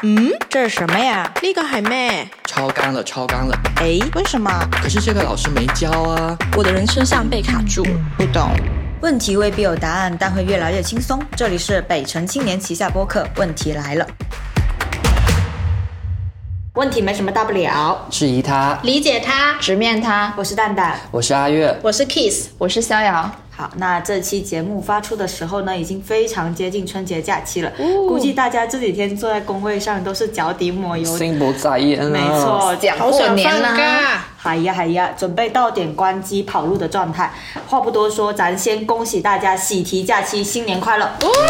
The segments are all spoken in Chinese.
这是什么呀？ 呢個係咩？ 超纲了，超纲了。 诶，为什么？ 可是这个老师没教啊。 我的人生上被卡住。 不懂。 问题未必有答案，但会越来越轻松。这里是北辰青年旗下播客，问题来了。问题没什么大不了， 质疑他。 理解他。 直面它。 我是蛋蛋， 我是阿月， 我是 Kiss。 我是逍遥。 好，那这期节目发出的时候呢，已经非常接近春节假期了。估计大家这几天坐在工位上都是脚底抹油， 心不在焉啊。 没错， 讲好想过年放假。 嗨呀，准备到点关机跑路的状态。话不多说，咱先恭喜大家喜提假期，新年快乐！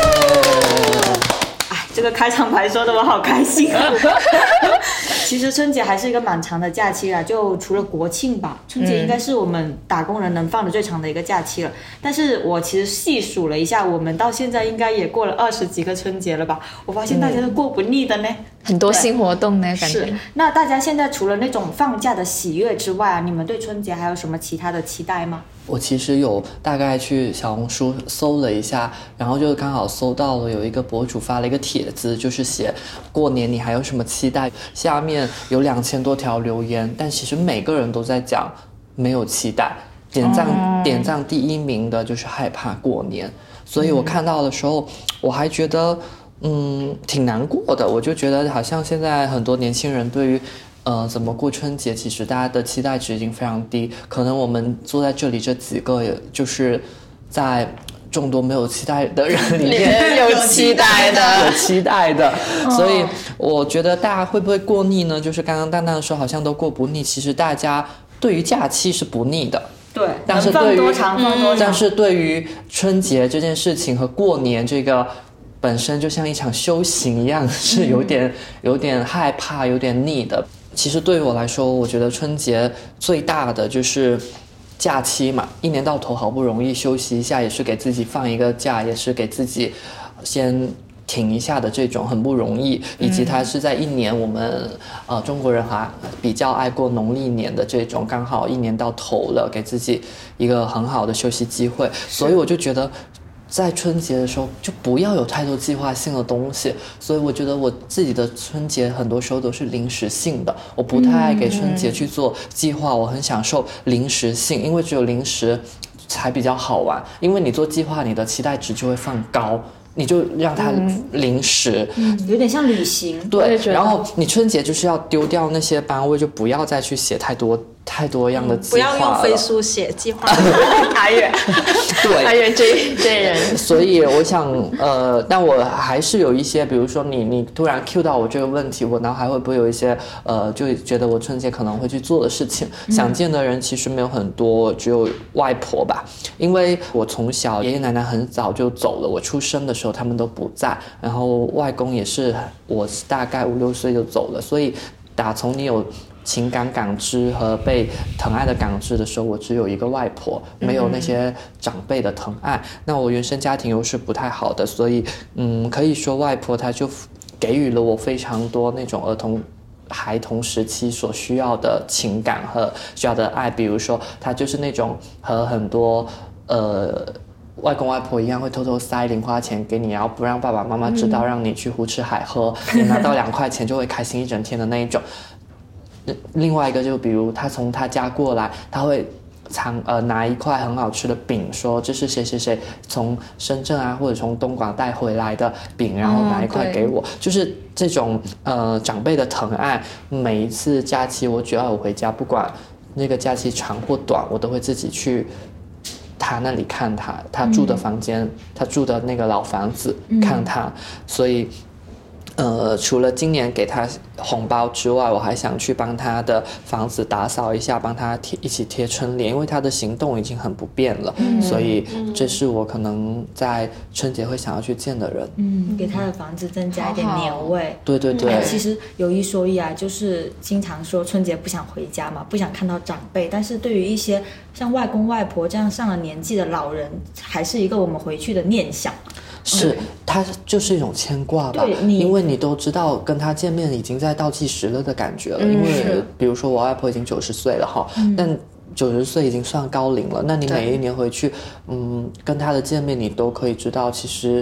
哎，这个开场白说的我好开心啊！其实春节还是一个蛮长的假期啦，就除了国庆吧，春节应该是我们打工人能放的最长的一个假期了。但是我其实细数了一下，我们到现在应该也过了20几个春节了吧？我发现大家都过不腻的呢。 很多新活动呢，感觉。 是。那大家现在除了那种放假的喜悦之外啊，你们对春节还有什么其他的期待吗？ 我其实有大概去小红书搜了一下，然后就刚好搜到了有一个博主发了一个帖子，就是写过年你还有什么期待，下面有2000多条留言，但其实每个人都在讲没有期待，点赞第一名的就是害怕过年。所以我看到的时候我还觉得挺难过的。我就觉得好像现在很多年轻人对于怎么过春节，其实大家的期待值已经非常低。可能我们坐在这里这几个，也就是在众多没有期待的人里面有期待的， 有期待的。所以我觉得大家会不会过腻呢？就是刚刚蛋蛋说好像都过不腻，其实大家对于假期是不腻的。 对， 但是对于但是对于春节这件事情和过年这个本身就像一场修行一样，是有点害怕，有点腻的。其实对于我来说，我觉得春节最大的就是假期嘛，一年到头好不容易休息一下，也是给自己放一个假，也是给自己先停一下的这种很不容易，以及它是在一年我们中国人还比较爱过农历年的这种，刚好一年到头了，给自己一个很好的休息机会。所以我就觉得在春节的时候就不要有太多计划性的东西，所以我觉得我自己的春节很多时候都是临时性的，我不太爱给春节去做计划，我很享受临时性，因为只有临时才比较好玩，因为你做计划你的期待值就会放高，你就让它临时， 有点像旅行。 对，然后你春节就是要丢掉那些班位，就不要再去写太多样的计划了， 不要用飞书写计划。 阿月， 对， 阿月这人。 所以我想，但我还是有一些，比如说你突然 cue 到我这个问题，我脑海会不会有一些就觉得我春节可能会去做的事情？想见的人其实没有很多，只有外婆吧，因为我从小爷爷奶奶很早就走了，我出生的时候他们都不在，然后外公也是我大概5、6岁就走了，所以打从你有情感感知和被疼爱的感知的时候，我只有一个外婆，没有那些长辈的疼爱。那我原生家庭又是不太好的，所以可以说外婆她就给予了我非常多那种孩童时期所需要的情感和需要的爱。比如说她就是那种和很多外公外婆一样，会偷偷塞零花钱给你，然后不让爸爸妈妈知道，让你去胡吃海喝，你拿到2块钱就会开心一整天的那一种。另外一个就比如他从他家过来，他会拿一块很好吃的饼，说这是谁谁谁从深圳啊或者从东莞带回来的饼，然后拿一块给我，就是这种长辈的疼爱。每一次假期我只要有回家，不管那个假期长或短，我都会自己去他那里看他住的房间，他住的那个老房子看他。所以除了今年给他红包之外，我还想去帮他的房子打扫一下，帮他一起贴春联，因为他的行动已经很不便了，所以这是我可能在春节会想要去见的人。 给他的房子增加一点年味。 对对对。 其实有一说一啊，就是经常说春节不想回家嘛，不想看到长辈，但是对于一些像外公外婆这样上了年纪的老人，还是一个我们回去的念想。 是，它就是一种牵挂吧，因为你都知道跟他见面已经在倒计时了的感觉了。因为比如说我外婆已经90岁了哈，但90岁已经算高龄了，那你每一年回去跟他的见面，你都可以知道其实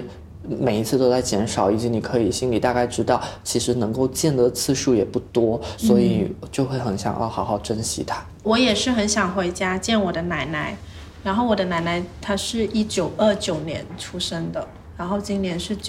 每一次都在减少，以及你可以心里大概知道，其实能够见的次数也不多，所以就会很想要好好珍惜它。 我也是很想回家见我的奶奶，然后我的奶奶她是1929年出生的，然后今年是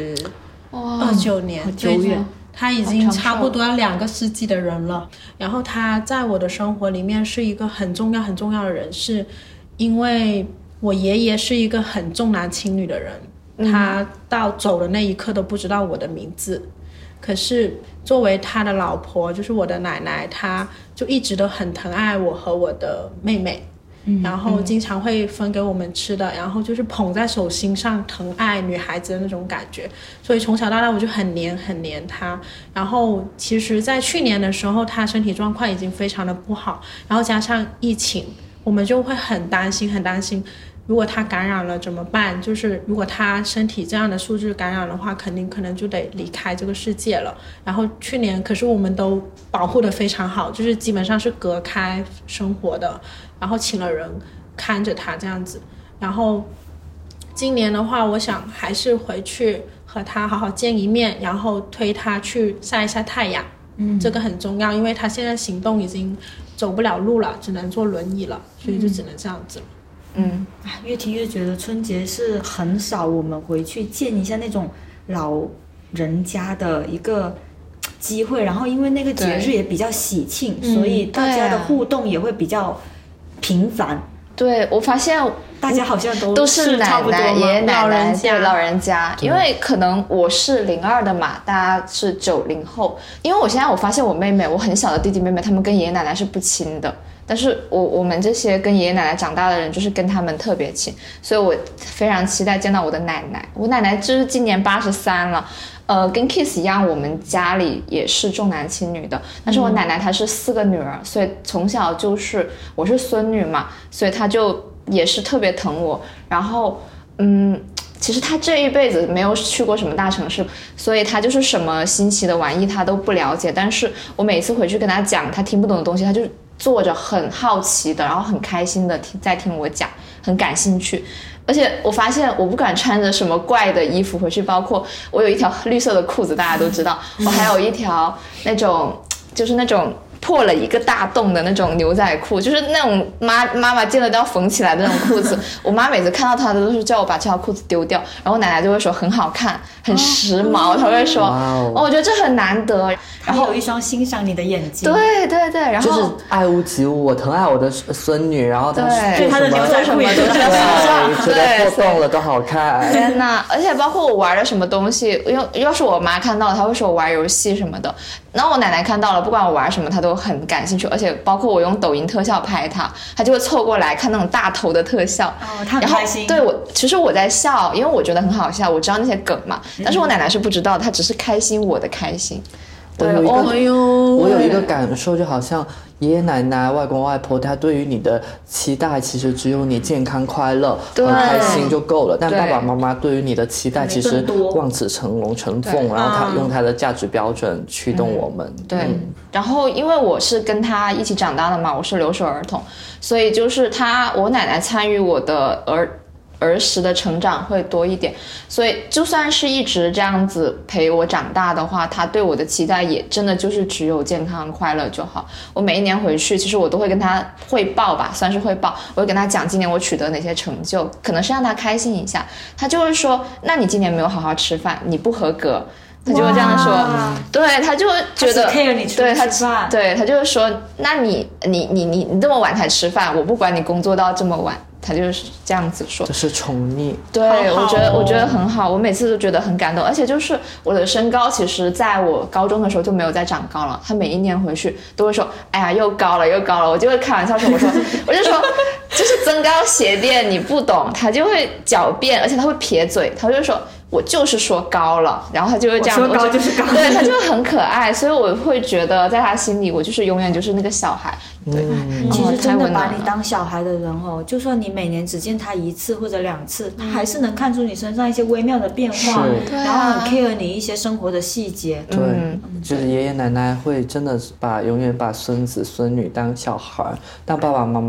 29年， 好久远。 她已经差不多要2个世纪的人了。然后她在我的生活里面是一个很重要很重要的人，是因为我爷爷是一个很重男轻女的人，他到走的那一刻都不知道我的名字，可是作为他的老婆，就是我的奶奶，她就一直都很疼爱我和我的妹妹，然后经常会分给我们吃的，然后就是捧在手心上疼爱女孩子的那种感觉，所以从小到大我就很黏她。然后其实在去年的时候，她身体状况已经非常的不好，然后加上疫情，我们就会很担心，如果他感染了怎么办？就是如果他身体这样的素质感染的话，可能就得离开这个世界了。然后去年可是我们都保护得非常好，就是基本上是隔开生活的，然后请了人看着他这样子。然后今年的话，我想还是回去和他好好见一面，然后推他去晒一下太阳。这个很重要，因为他现在行动已经走不了路了，只能坐轮椅了，所以就只能这样子了。 越听越觉得春节是很少我们回去见一下那种老人家的一个机会，然后因为那个节日也比较喜庆，所以大家的互动也会比较频繁。 对，我发现大家好像都是奶奶、爷爷奶奶、老人家，因为可能我是02的嘛，大家是90后。因为我发现我妹妹，我很小的弟弟妹妹，他们跟爷爷奶奶是不亲的。但是我们这些跟爷爷奶奶长大的人，就是跟他们特别亲，所以我非常期待见到我的奶奶。我奶奶就是今年83了，跟 Kiss 一样，我们家里也是重男轻女的。但是我奶奶她是4个女儿，所以从小就是我是孙女嘛，所以她就也是特别疼我。然后其实她这一辈子没有去过什么大城市，所以她就是什么新奇的玩意她都不了解。但是我每次回去跟她讲她听不懂的东西，她就坐着很好奇的，然后很开心的在听我讲，很感兴趣。而且我发现我不管穿着什么怪的衣服回去，包括我有一条绿色的裤子，大家都知道，我还有一条那种就是那种破了一个大洞的那种牛仔裤，就是那种妈妈见了都要缝起来的那种裤子。我妈每次看到它的都是叫我把这条裤子丢掉，然后奶奶就会说很好看，很时髦，她会说我觉得这很难得。然后有一双欣赏你的眼睛。 对对对，然后就是爱屋及乌，我疼爱我的孙女，然后她对她的牛仔裤也都在身上， 觉得破洞了都好看。 天哪！而且包括我玩的什么东西，要是我妈看到了，她会说我玩游戏什么的。然后我奶奶看到了，不管我玩什么，她都很感兴趣。而且包括我用抖音特效拍她，她就会凑过来看那种大头的特效。 她很开心。 对其实我在笑，因为我觉得很好笑，我知道那些梗嘛。但是我奶奶是不知道，她只是开心我的开心。 我有一个感受，就好像爷爷奶奶、外公外婆，他对于你的期待其实只有你健康快乐、很开心就够了。但爸爸妈妈对于你的期待其实望子成龙、成凤，然后他用他的价值标准驱动我们。 对，然后因为我是跟他一起长大的嘛，我是留守儿童，所以就是我奶奶参与我的儿时的成长会多一点，所以就算是一直这样子陪我长大的话，他对我的期待也真的就是只有健康快乐就好。我每一年回去，其实我都会跟他汇报吧，算是汇报，我会跟他讲今年我取得哪些成就，可能是让他开心一下。他就会说，那你今年没有好好吃饭，你不合格。他就会这样说，对，他就会觉得，对他就会说，那你这么晚才吃饭，我不管你工作到这么晚，他就是这样子说， 这是宠溺。 对，我觉得很好，我每次都觉得很感动，而且就是我的身高，其实在我高中的时候就没有再长高了，他每一年回去都会说，哎呀，又高了，我就会开玩笑说，我就说这是增高鞋垫，你不懂，他就会狡辩，而且他会撇嘴，他就说。我就是说高了，然后他就会这样， 我说高就是高， 对，他就很可爱，所以我会觉得在他心里，我就是永远就是那个小孩。对， 其实真的把你当小孩的人哦，就算你每年只见他1次或者2次，他还是能看出你身上一些微妙的变化，然后很 care 你一些生活的细节。 对，就是爷爷奶奶会真的永远把孙子孙女当小孩，但爸爸妈妈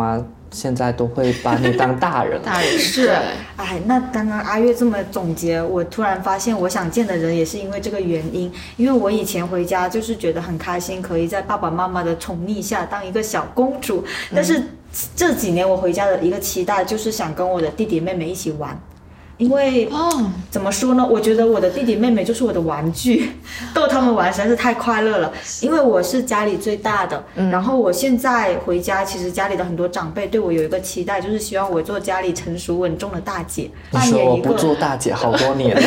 现在都会把你当大人。 大人是，哎，那刚刚阿月这么总结，我突然发现我想见的人也是因为这个原因。因为我以前回家就是觉得很开心，可以在爸爸妈妈的宠溺下当一个小公主，但是这几年我回家的一个期待就是想跟我的弟弟妹妹一起玩。因为怎么说呢，我觉得我的弟弟妹妹就是我的玩具，逗他们玩实在是太快乐了。因为我是家里最大的，然后我现在回家，其实家里的很多长辈对我有一个期待，就是希望我做家里成熟稳重的大姐， 你说我不做大姐好多年了。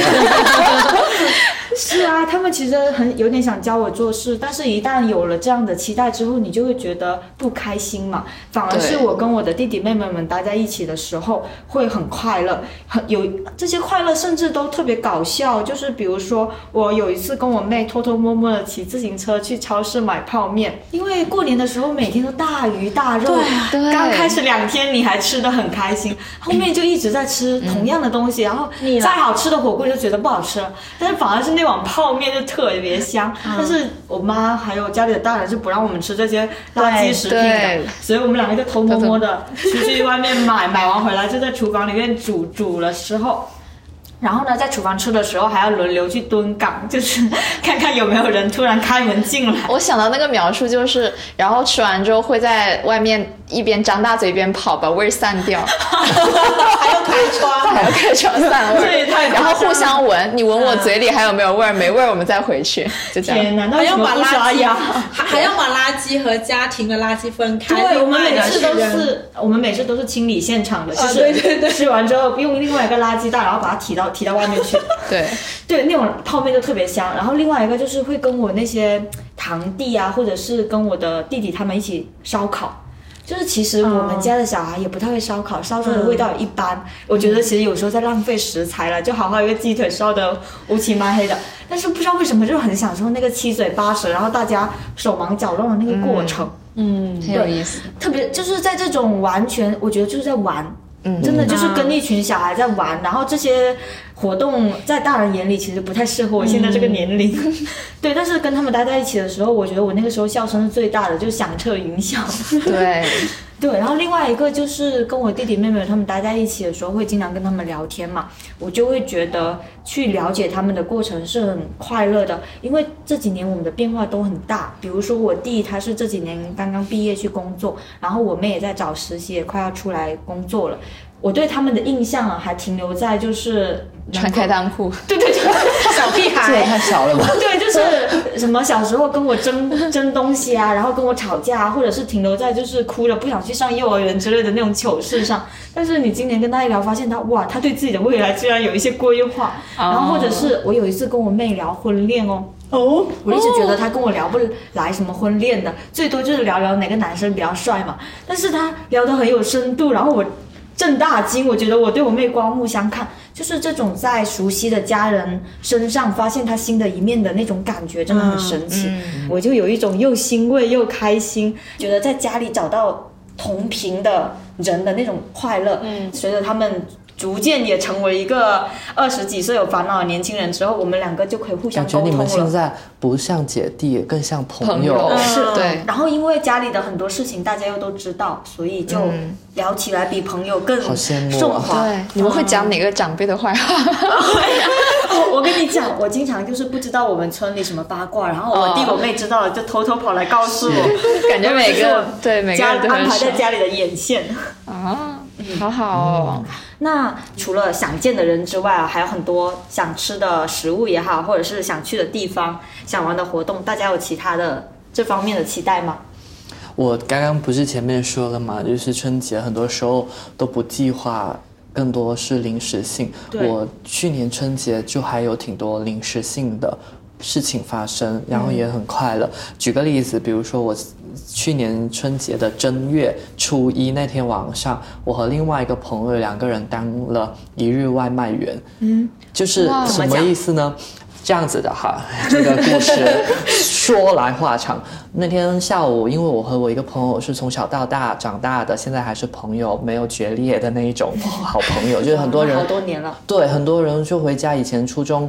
是啊，他们其实有点想教我做事，但是一旦有了这样的期待之后，你就会觉得不开心嘛。反而是我跟我的弟弟妹妹们待在一起的时候，会很快乐，有这些快乐甚至都特别搞笑。就是比如说，我有一次跟我妹偷偷摸摸的骑自行车去超市买泡面，因为过年的时候每天都大鱼大肉， 对， 刚开始2天你还吃得很开心，后面就一直在吃同样的东西，然后再好吃的火锅就觉得不好吃了，但是反而是那碗泡面就特别香。但是我妈还有家里的大人是不让我们吃这些垃圾食品的，所以我们两个就偷摸摸的出去外面买完回来就在厨房里面煮了之后，然后呢在厨房吃的时候还要轮流去蹲岗，就是看看有没有人突然开门进来。 我想到那个描述就是，然后吃完之后会在外面一边张大嘴一边跑，把味儿散掉， 还要开窗， 还要开窗散味儿，然后互相闻，你闻我嘴里还有没有味儿，没味儿我们再回去，就这样。 天哪， 还要把垃圾还要把垃圾和家庭的垃圾分开。 对，我们每次都是清理现场的，就是吃完之后用另外一个垃圾袋，然后把它提到外面去。对，那种泡面就特别香。然后另外一个就是会跟我那些堂弟啊，或者是跟我的弟弟他们一起烧烤。就是其实我们家的小孩也不太会烧烤，烧出来的味道也一般。我觉得其实有时候在浪费食材了，就好好一个鸡腿烧得乌漆嘛黑的，但是不知道为什么就很享受那个七嘴八舌，然后大家手忙脚乱的那个过程。 很有意思。 特别就是在这种完全，我觉得就是在玩。真的就是跟一群小孩在玩，然后这些活动在大人眼里其实不太适合我现在这个年龄。对，但是跟他们待在一起的时候，我觉得我那个时候笑声是最大的，就是响彻云霄。对，然后另外一个就是跟我弟弟妹妹他们待在一起的时候，会经常跟他们聊天嘛，我就会觉得去了解他们的过程是很快乐的，因为这几年我们的变化都很大。比如说我弟他是这几年刚刚毕业去工作，然后我妹也在找实习，也快要出来工作了。我对他们的印象啊，还停留在就是穿开裆裤， 对，小屁孩， 这也太小了吧？ 对，就是什么小时候跟我争东西啊，然后跟我吵架啊，或者是停留在就是哭了不想去上幼儿园之类的那种糗事上。但是你今年跟他一聊，发现他对自己的未来居然有一些规划。然后或者是我有一次跟我妹聊婚恋我一直觉得他跟我聊不来什么婚恋的，最多就是聊哪个男生比较帅嘛。但是他聊得很有深度，然后我正大惊，我觉得我对我妹刮目相看，就是这种在熟悉的家人身上发现他新的一面的那种感觉真的很神奇。我就有一种又欣慰又开心，觉得在家里找到同频的人的那种快乐。随着他们逐渐也成为一个20几岁有烦恼的年轻人之后，我们两个就可以互相沟通了。 感觉你们现在不像姐弟，更像朋友。 是， 对。 然后因为家里的很多事情大家又都知道，所以就聊起来比朋友更顺滑。 对，你们会讲哪个长辈的坏话？ 我跟你讲，我经常就是不知道我们村里什么八卦，然后我弟我妹知道了就偷偷跑来告诉我。 感觉每个人都安排在家里的眼线好好哦。 那除了想见的人之外还有很多想吃的食物也好，或者是想去的地方、想玩的活动，大家有其他的这方面的期待吗？ 我刚刚不是前面说了嘛，就是春节很多时候都不计划，更多是临时性。我去年春节就还有挺多临时性的事情发生，然后也很快乐。举个例子，比如说我去年春节的正月初一那天晚上，我和另外一个朋友2个人当了1日外卖员。就是什么意思呢？这样子的哈，这个故事说来话长。那天下午，因为我和我一个朋友是从小到大长大的，现在还是朋友，没有决裂的那一种好朋友，就是很多人好多年了。 对，很多人就回家，以前初中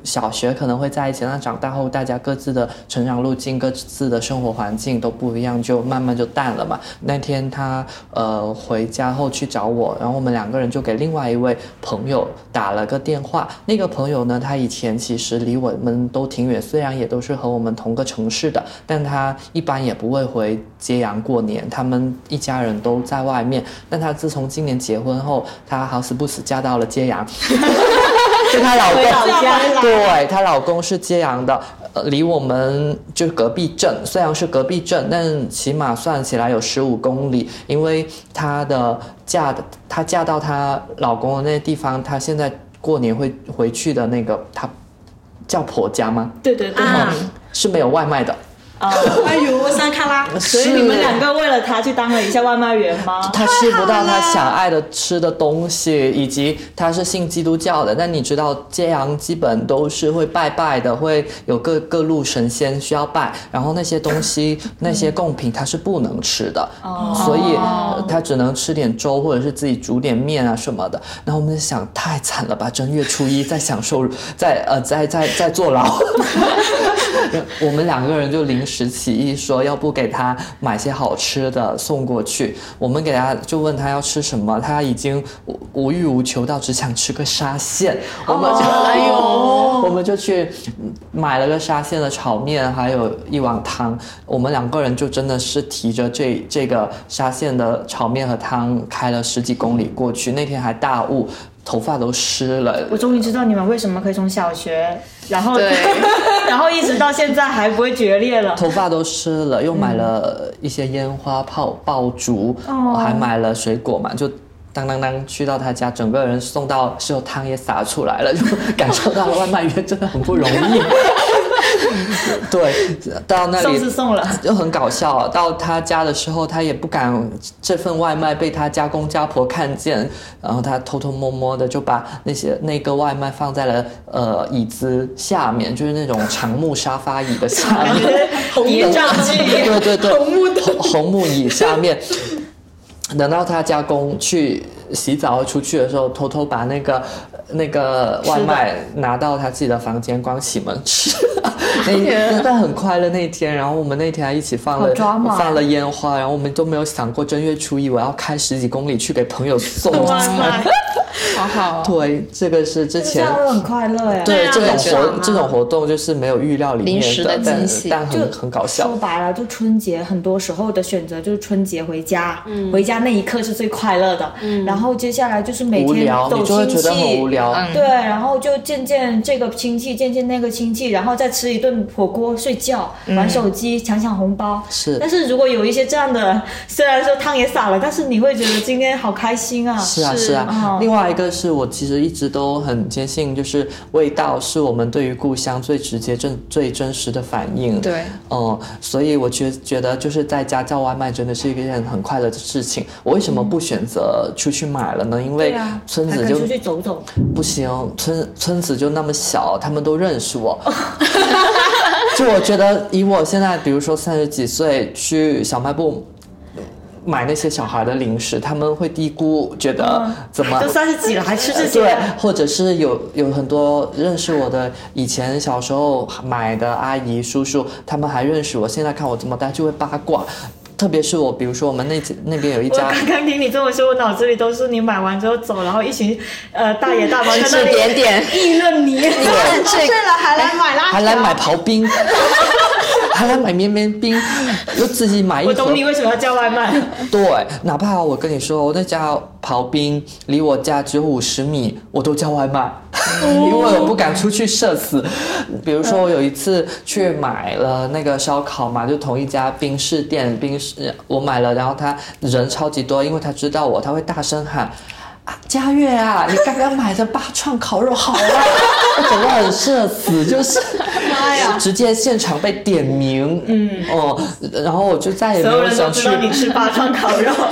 小学可能会在一起，那长大后大家各自的成长路径、各自的生活环境都不一样，就慢慢就淡了嘛。那天他回家后去找我，然后我们2个人就给另外一位朋友打了个电话。那个朋友呢，他以前其实离我们都挺远，虽然也都是和我们同个城市的，但他一般也不会回揭阳过年，他们一家人都在外面。但他自从今年结婚后，他好死不死嫁到了揭阳。就她老公，对，她老公是揭阳的，离我们就隔壁镇，虽然是隔壁镇，但起码算起来有15公里。因为她嫁到她老公的那地方，她现在过年会回去的那个，她叫婆家吗？ 对对对， 是没有外卖的。 哎呦，山卡拉！ 所以你们2个为了他去当了一下外卖员吗？ 他吃不到他想爱的吃的东西，以及他是信基督教的。但你知道揭阳基本都是会拜拜的，会有各路神仙需要拜，然后那些东西那些贡品他是不能吃的，所以他只能吃点粥或者是自己煮点面啊什么的。然后我们想，太惨了吧，正月初一在享受，在坐牢。我们2个人就临时起意说，要不给他买些好吃的送过去。我们给他就问他要吃什么，他已经无欲无求到只想吃个沙县。我们就去买了个沙县的炒面，还有一碗汤。我们2个人就真的是提着这个沙县的炒面和汤开了10几公里过去。那天还大雾，头发都湿了。 我终于知道你们为什么可以从小学，然后一直到现在还不会决裂了。 头发都湿了，又买了一些烟花爆竹，还买了水果嘛，就当去到他家，整个人送到之后汤也洒出来了，就感受到了外卖员真的很不容易。对，到那里送了， 就很搞笑。到他家的时候，他也不敢这份外卖被他家公家婆看见，然后他偷偷摸摸的就把那个外卖放在了椅子下面，就是那种长木沙发椅的下面， 谍战剧， 对，红木椅下面。等到他家公去洗澡出去的时候，偷偷把那个外卖拿到他自己的房间，关起门吃。但很快乐那天，然后我们那天还一起放了烟花，然后我们都没有想过正月初一我要开10几公里去给朋友送外卖。 好好， 对，这个是之前这样会很快乐哎。 对，这种活动就是没有预料里面临时的惊喜， 但很搞笑。 说白了，就春节很多时候的选择就是春节回家，回家那一刻是最快乐的。然后接下来就是每天走亲戚， 你就会觉得很无聊。 对，然后就见这个亲戚，见那个亲戚，然后再吃一顿火锅，睡觉，玩手机，抢红包。 是。 但是如果有一些这样的，虽然说汤也洒了，但是你会觉得今天好开心啊。 是啊。另外一个是我其实一直都很坚信，就是味道是我们对于故乡最直接、最真实的反应。 对。 所以我觉得就是在家叫外卖真的是一件很快乐的事情。我为什么不选择出去买了呢？因为村子就出去走走。 不行，村子就那么小，他们都认识我。就我觉得以我现在比如说30几岁去小卖部买那些小孩的零食，他们会低估，觉得怎么都30几了还吃这些。 对，或者是有很多认识我的以前小时候买的阿姨叔叔，他们还认识我，现在看我这么大就会八卦。特别是我，比如说我们那边有一家， 我刚刚听你这么说，我脑子里都是你买完之后走，然后一群大爷大妈在那里点点议论你， 睡了还来买辣条， 还来买刨冰，还来买绵冰，又自己买一盒。 我懂你为什么要叫外卖。 对，哪怕我跟你说，我那家刨冰离我家只有50米，我都叫外卖。因为我不敢出去社死。比如说我有一次去买了那个烧烤嘛，就同一家冰室店，我买了，然后他人超级多，因为他知道我，他会大声喊佳悦啊，你刚刚买的8串烤肉好啊！我整个很社死，就是直接现场被点名，然后我就再也没有想去。 所有人都知道你吃8串烤肉。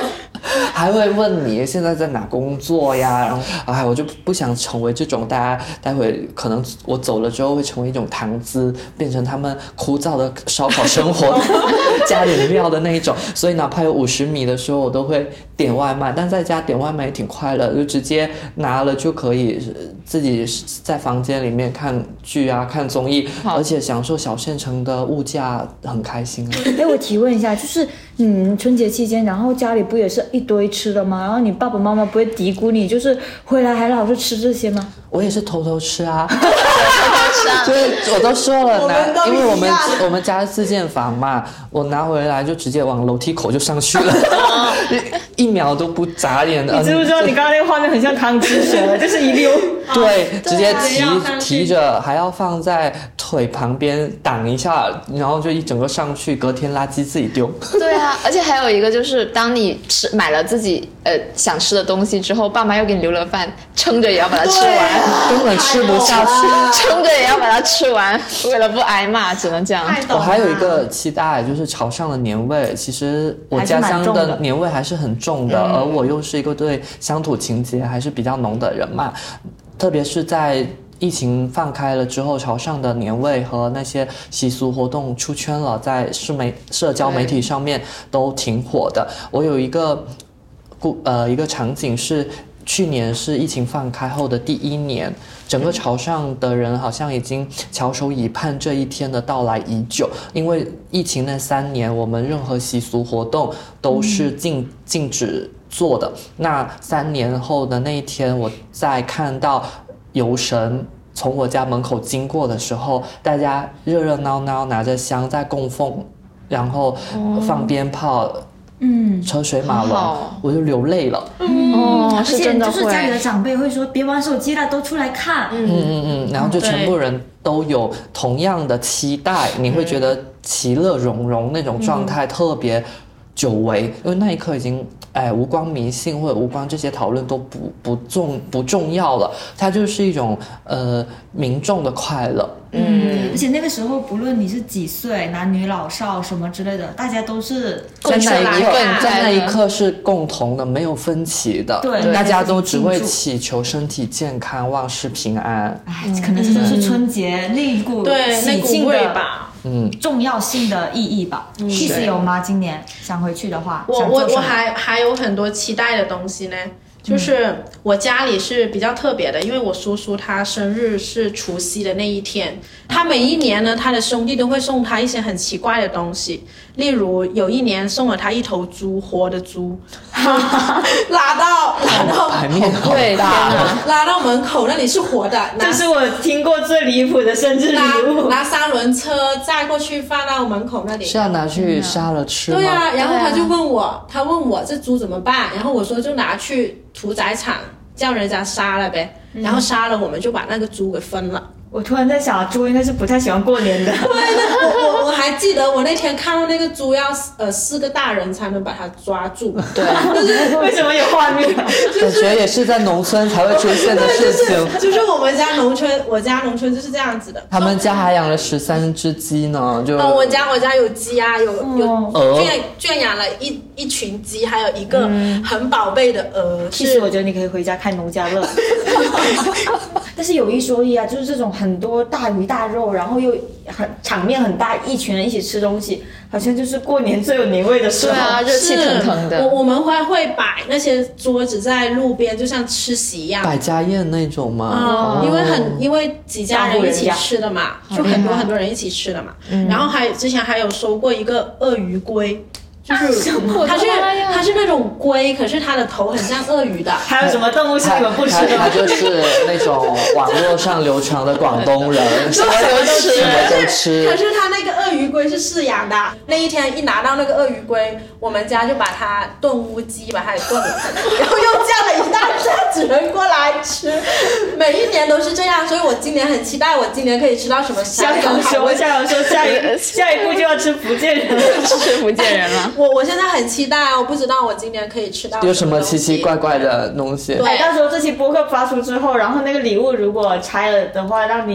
还会问你现在在哪工作呀，然后我就不想成为这种大家待会可能我走了之后会成为一种谈资，变成他们枯燥的烧烤生活加点料的那一种，所以哪怕有50米的时候我都会点外卖，但在家点外卖也挺快乐，就直接拿了就可以自己在房间里面看剧啊看综艺，而且享受小县城的物价，很开心啊。 我提问一下，就是春节期间，然后家里不也是一堆吃的吗？然后你爸爸妈妈不会嘀咕你，就是回来还老是吃这些吗？ 我也是偷偷吃啊，就是我都说了因为我们家是自建房嘛，我拿回来就直接往楼梯口就上去了，1秒都不眨眼的。 你知不知道你刚刚那个画面很像汤汁蛇，就是一溜。 对，直接提着，还要放在腿旁边挡一下，然后就一整个上去，隔天垃圾自己丢。 对啊，而且还有一个就是，当你买了自己想吃的东西之后，爸妈又给你留了饭，撑着也要把它吃完， 根本吃不下去， 撑着也要把它吃完，为了不挨骂，只能这样。 我还有一个期待，就是潮汕的年味，其实我家乡的年味还是很重的，而我又是一个对乡土情节还是比较浓的人嘛。特别是在疫情放开了之后，潮汕的年味和那些习俗活动出圈了，在社交媒体上面都挺火的。我有一个场景是，去年是疫情放开后的第1年，整个潮汕的人好像已经翘首以盼这一天的到来已久，因为疫情那3年，我们任何习俗活动都是禁止做的。那3年后的那一天，我在看到游神从我家门口经过的时候，大家热热闹闹拿着香在供奉，然后放鞭炮，车水马龙，我就流泪了。 是真的会。就是家里的长辈会说别玩手机了，都出来看。 然后就全部人都有同样的期待，你会觉得其乐融融那种状态特别久违，因为那一刻已经无关迷信或者无关这些讨论都不重要了，它就是一种民众的快乐。 而且那个时候不论你是几岁，男女老少什么之类的，大家都是在那一刻是共同的，没有分歧的。 对， 大家都只会祈求身体健康、万事平安。 可能这就是春节那一股喜庆的吧。 重要性的意义吧。其实有吗？今年想回去的话， 我还有很多期待的东西呢。就是我家里是比较特别的，因为我叔叔他生日是除夕的那一天，他每一年呢，他的兄弟都会送他一些很奇怪的东西，例如有一年送了他一头猪，活的猪，拉到牌面好大，拉到门口那里是活的， 这是我听过最离谱的生日礼物。 拿3轮车载过去放到门口那里， 是要拿去杀了吃吗？ 对啊，然后他就问我这猪怎么办，然后我说就拿去屠宰场叫人家杀了呗，然后杀了我们就把那个猪给分了。 我突然在想，猪应该是不太喜欢过年的。 对，我还记得我那天看到那个猪要4个大人才能把它抓住。 对， 就是为什么有画面？ 感觉也是在农村才会出现的事情。 就是我家农村就是这样子的。 他们家还养了13只鸡呢，就我家有鸡啊，有圈养了一群鸡，还有一个很宝贝的鹅。 其实我觉得你可以回家看农家乐。但是有一说一啊，就是这种很多大鱼大肉，然后又场面很大，一群人一起吃东西，好像就是过年最有年味的时候。 对啊，热气腾腾的。 我们会摆那些桌子在路边，就像吃席一样， 摆家宴那种吗？ 因为几家人一起吃的嘛，就很多人一起吃的嘛。然后之前还有收过一个鳄鱼龟。就是它是那种龟，可是它的头很像鳄鱼的。 还有什么动物是你们不吃的？ 它就是那种网络上流传的广东人， 什么都吃。 可是它那个鳄鱼龟是饲养的，那一天一拿到那个鳄鱼龟，我们家就把它炖乌鸡，把它给炖了，然后又叫了一大家子人过来吃。每一年都是这样，所以我今年很期待，我今年可以吃到什么香港说下一步就要吃福建人了， 吃福建人了。 我现在很期待，我不知道我今年可以吃到有什么奇奇怪怪的东西。 对，到时候这期播客发出之后，然后那个礼物如果拆了的话，让你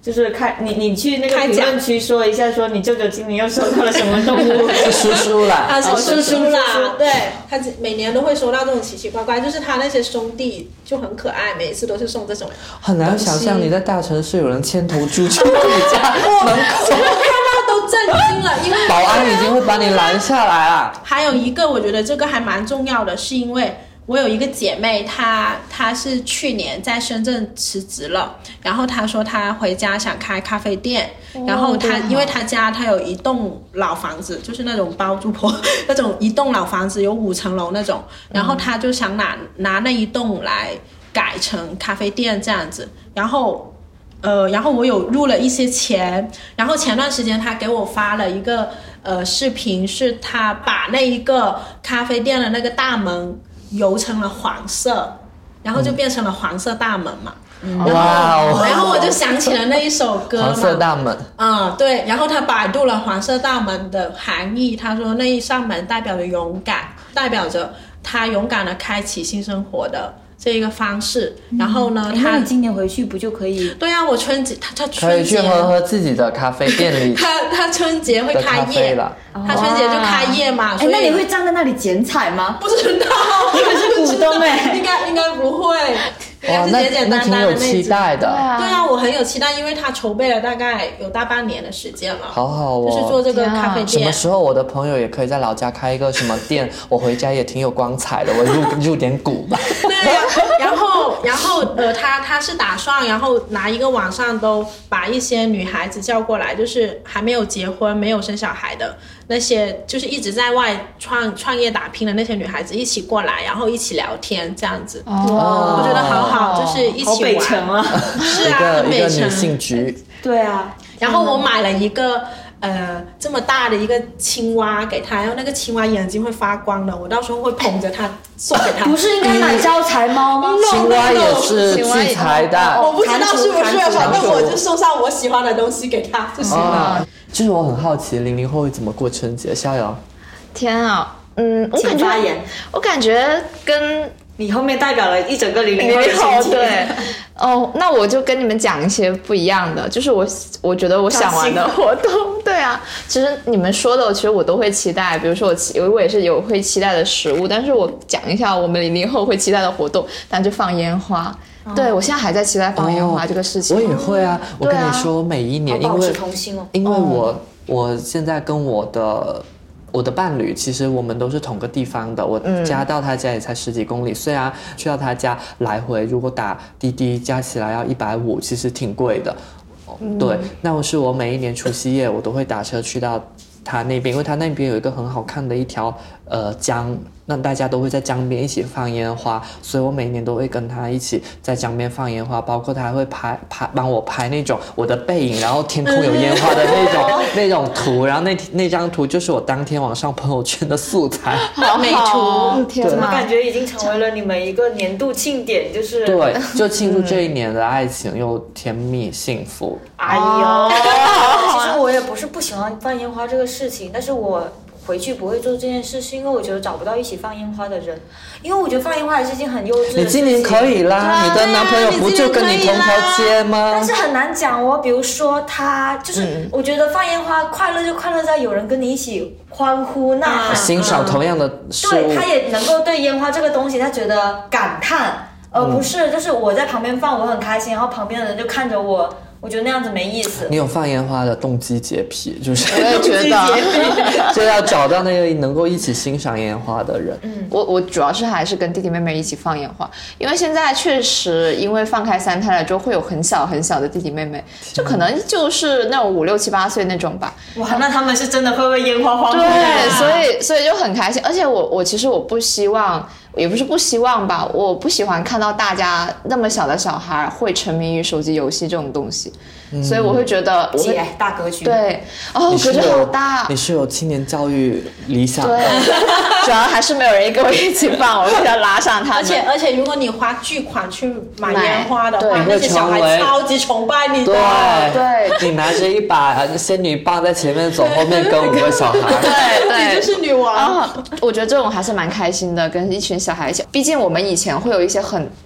就是你去那个评论区说一下，说你舅舅今年又收到了什么动物？ 是叔叔啦， 他是叔叔叔啦，对，他每年都会收到这种奇奇怪怪，就是他那些兄弟就很可爱，每次都是送这种。 很难想象你在大城市有人牵头猪去你家门口， 我看到都震惊了，因为保安已经会把你拦下来啊。 还有一个，我觉得这个还蛮重要的，是因为我有一个姐妹，她是去年在深圳辞职了，然后她说她回家想开咖啡店，然后因为她家有一栋老房子，就是那种包租婆那种一栋老房子有5层楼那种，然后她就想拿那一栋来改成咖啡店这样子，然后我有入了一些钱，然后前段时间他给我发了一个视频，是他把那一个咖啡店的那个大门油成了黄色，然后就变成了黄色大门嘛。然后我就想起了那一首歌嘛， 黄色大门。 对，然后他百度了黄色大门的含义，他说那一扇门代表着勇敢，代表着他勇敢的开启新生活的这一个方式。然后呢， 那你今年回去不就可以？ 对啊，我春节他可以去喝自己的咖啡店里他春节会开业了， 他春节就开业嘛。所以那你会站在那里剪彩吗？ 不知道， 你可是股东应该不会。 哇，那挺有期待的。 对啊，我很有期待，因为他筹备了大概有大半年的时间了。 好好哦， 就是做这个咖啡店。 什么时候我的朋友也可以在老家开一个什么店，我回家也挺有光彩的，我入点股吧。 对啊，然后他是打算然后拿一个网上都把一些女孩子叫过来，就是还没有结婚没有生小孩的那些，就是一直在外创业打拼的那些女孩子一起过来，然后一起聊天这样子。我觉得好好，就是一起玩。 好北城啊， 是啊， 一个女性局。 对啊， 然后我买了一个这么大的一个青蛙给他，然后那个青蛙眼睛会发光的，我到时候会捧着它送给他。 不是应该买招财猫吗？ 青蛙也是聚财的。 我不知道是不是，反正我就送上我喜欢的东西给他就行了。 就是我很好奇00后会怎么过春节，逍遥。 天啊，我感觉跟你后面代表了一整个00后的心情。 对，那我就跟你们讲一些不一样的，就是我觉得我想玩的活动。对啊，其实你们说的，其实我都会期待。比如说我也是有会期待的食物，但是我讲一下我们00后会期待的活动，但就放烟花。对，我现在还在期待放烟花这个事情。 我也会啊，我跟你说，每一年保持童心哦， 因为我现在跟我的伴侣，其实我们都是同个地方的，我家到他家也才10几公里，虽然去到他家来回如果打滴滴加起来要150，其实挺贵的。对，那我每一年除夕夜我都会打车去到他那边，因为他那边有一个很好看的一条江，那大家都会在江边一起放烟花，所以我每年都会跟他一起在江边放烟花，包括他还会帮我拍那种我的背影，然后天空有烟花的那种图，然后那张图就是我当天晚上朋友圈的素材。 好美图， 怎么感觉已经成为了你们一个年度庆典？就是对，就庆祝这一年的爱情又甜蜜幸福。 哎呦，其实我也不是不喜欢放烟花这个事情，但是我回去不会做这件事，是因为我觉得找不到一起放烟花的人，因为我觉得放烟花也是一件很幼稚的事情。 你今年可以啦，你的男朋友不就跟你同条街吗？ 但是很难讲哦，比如说他就是，我觉得放烟花快乐就快乐在有人跟你一起欢呼呐喊， 欣赏同样的事物。 对，他也能够对烟花这个东西他觉得感叹，而不是就是我在旁边放我很开心，然后旁边的人就看着我觉得那样子没意思。 你有放烟花的动机洁癖，就是我也觉得就要找到那个能够一起欣赏烟花的人。 我主要是还是跟弟弟妹妹一起放烟花，因为现在确实因为放开3胎了之后会有很小很小的弟弟妹妹，就可能就是那种5、6、7、8岁那种吧。 哇，那他们是真的会为烟花欢呼的。 对，所以就很开心。而且我其实我不希望，也不是不希望吧，我不喜欢看到大家那么小的小孩会沉迷于手机游戏这种东西，所以我会觉得姐大格局。 对，格局好大。 你是有青年教育理想的。 对，主要还是没有人跟我一起放，我要拉上他们。 而且如果你花巨款去买烟花的话， 那些小孩超级崇拜你的。 对，你拿着一把仙女棒在前面走，后面跟5个小孩。 对， 你就是女王。 我觉得这种还是蛮开心的，跟一群小孩一起。毕竟我们以前会有一些很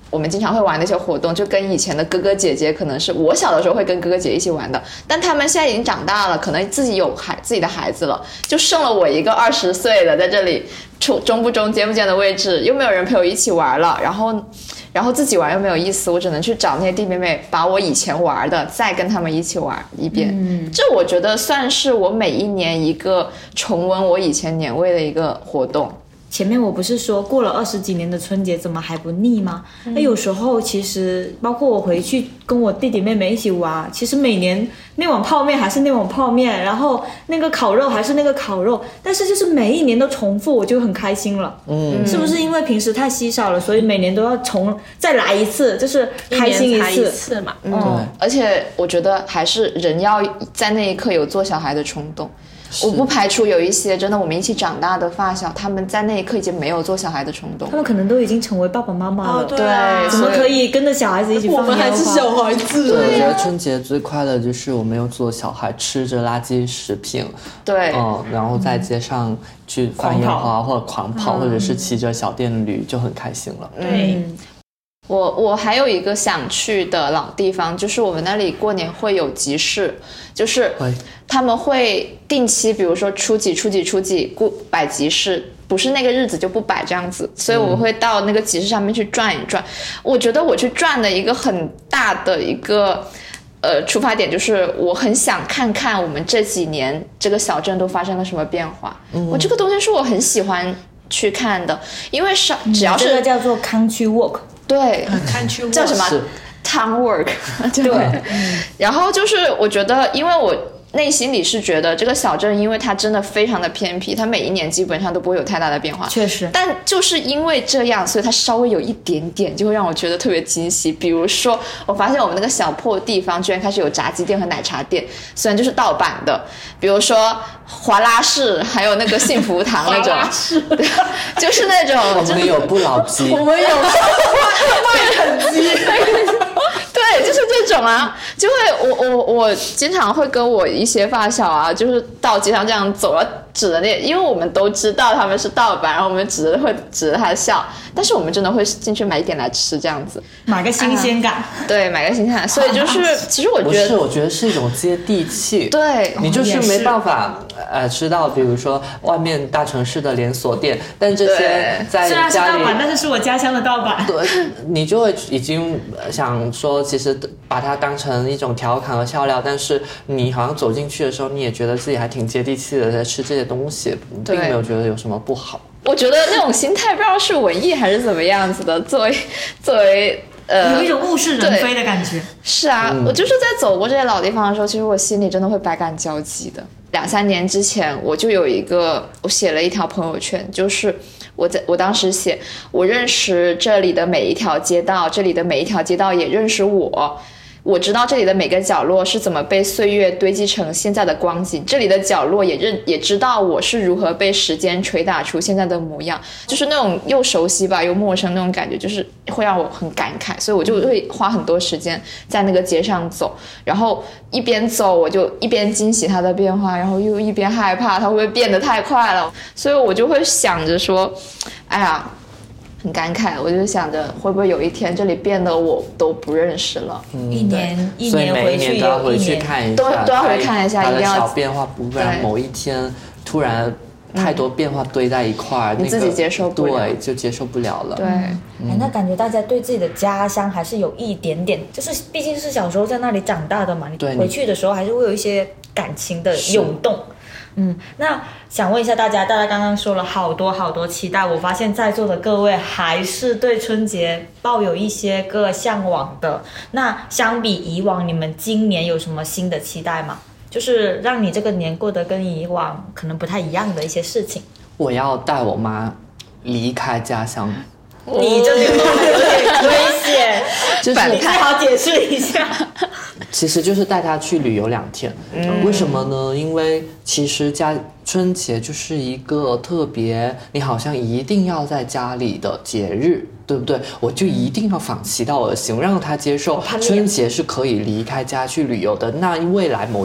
我们经常会玩那些活动，就跟以前的哥哥姐姐，可能是我小的时候会跟哥哥姐姐一起玩的，但他们现在已经长大了，可能自己有自己的孩子了，就剩了我一个20岁的在这里中不中间不间的位置，又没有人陪我一起玩了，然后自己玩又没有意思，我只能去找那些弟妹妹把我以前玩的再跟他们一起玩一遍。这我觉得算是我每一年一个重温我以前年味的一个活动。 前面我不是说过了20几年的春节怎么还不腻吗？那有时候其实包括我回去跟我弟弟妹妹一起玩，其实每年那碗泡面还是那碗泡面，然后那个烤肉还是那个烤肉，但是就是每一年都重复，我就很开心了。是不是因为平时太稀少了，所以每年都要再来一次，就是开心一次嘛。 而且我觉得还是人要在那一刻有做小孩的冲动。我不排除有一些真的我们一起长大的发小，他们在那一刻已经没有做小孩的冲动， 他们可能都已经成为爸爸妈妈了。 对， 怎么可以跟着小孩子一起放烟花？ 我们还是小孩子。 我觉得春节最快乐就是我没有做小孩吃着垃圾食品， 对， 然后在街上去放烟花或者狂跑，或者是骑着小电驴，就很开心了。 对。 我还有一个想去的老地方，就是我们那里过年会有集市，就是他们会定期，比如说初几摆集市，不是那个日子就不摆这样子，所以我会到那个集市上面去转一转。我觉得我去转的一个很大的一个出发点就是我很想看看我们这几年这个小镇都发生了什么变化。我这个东西是我很喜欢去看的，因为只要是这个叫做 country walk。 对，叫什么 town work 对，然后就是我觉得，因为我内心里是觉得这个小镇，因为它真的非常的偏僻，它每一年基本上都不会有太大的变化， 确实， 但就是因为这样，所以它稍微有一点点就会让我觉得特别惊喜。比如说我发现我们那个小破地方居然开始有炸鸡店和奶茶店，虽然就是盗版的，比如说华拉士还有那个幸福堂那种对，就是那种我们有不老鸡， 我们有麦肯鸡对，就是这种啊，就会我经常会跟我一些发小啊，就是到街上这样走了，指着那，因为我们都知道他们是盗版，然后我们会指着他笑，但是我们真的会进去买一点来吃，这样子买个新鲜感。 对，买个新鲜感。所以就是其实我觉得是一种接地气。 对， 你就是没办法吃到比如说外面大城市的连锁店，但这些在虽然是家里盗版，但是我家乡的盗版。 对，你就会已经想说其实把它当成一种调侃和笑料，但是你好像走进去的时候，你也觉得自己还挺接地气的在吃这些东西，并没有觉得有什么不好。 我觉得那种心态不知道是文艺还是怎么样子的，作为有一种物是人非的感觉。 是啊，我就是在走过这些老地方的时候，其实我心里真的会百感交集的。2-3年之前，我就有我写了一条朋友圈，就是我当时写，我认识这里的每一条街道，这里的每一条街道也认识我知道这里的每个角落是怎么被岁月堆积成现在的光景，这里的角落也知道我是如何被时间捶打出现在的模样，就是那种又熟悉吧又陌生那种感觉，就是会让我很感慨，所以我就会花很多时间在那个街上走，然后一边走我就一边惊喜它的变化，然后又一边害怕它会不会变得太快了，所以我就会想着说，哎呀很感慨，我就想着会不会有一天这里变得我都不认识了。 一年回去都要回去看一下， 都要回去看一下， 它的一定要小变化，不然某一天突然太多变化堆在一块儿， 你自己接受不了， 对，就接受不了了。 对， 那感觉大家对自己的家乡还是有一点点，就是毕竟是小时候在那里长大的嘛，你回去的时候还是会有一些感情的涌动。那想问一下大家刚刚说了好多期待，我发现在座的各位还是对春节抱有一些个向往的。那相比以往，你们今年有什么新的期待吗？就是让你这个年过得跟以往可能不太一样的一些事情。 我要带我妈离开家乡。 你这句话有点危险， 就是你最好解释一下。 其实就是带她去旅游2天。为什么呢？因为其实春节就是一个特别，你好像一定要在家里的节日，对不对？我就一定要反其道而行，让她接受春节是可以离开家去旅游的。那未来某一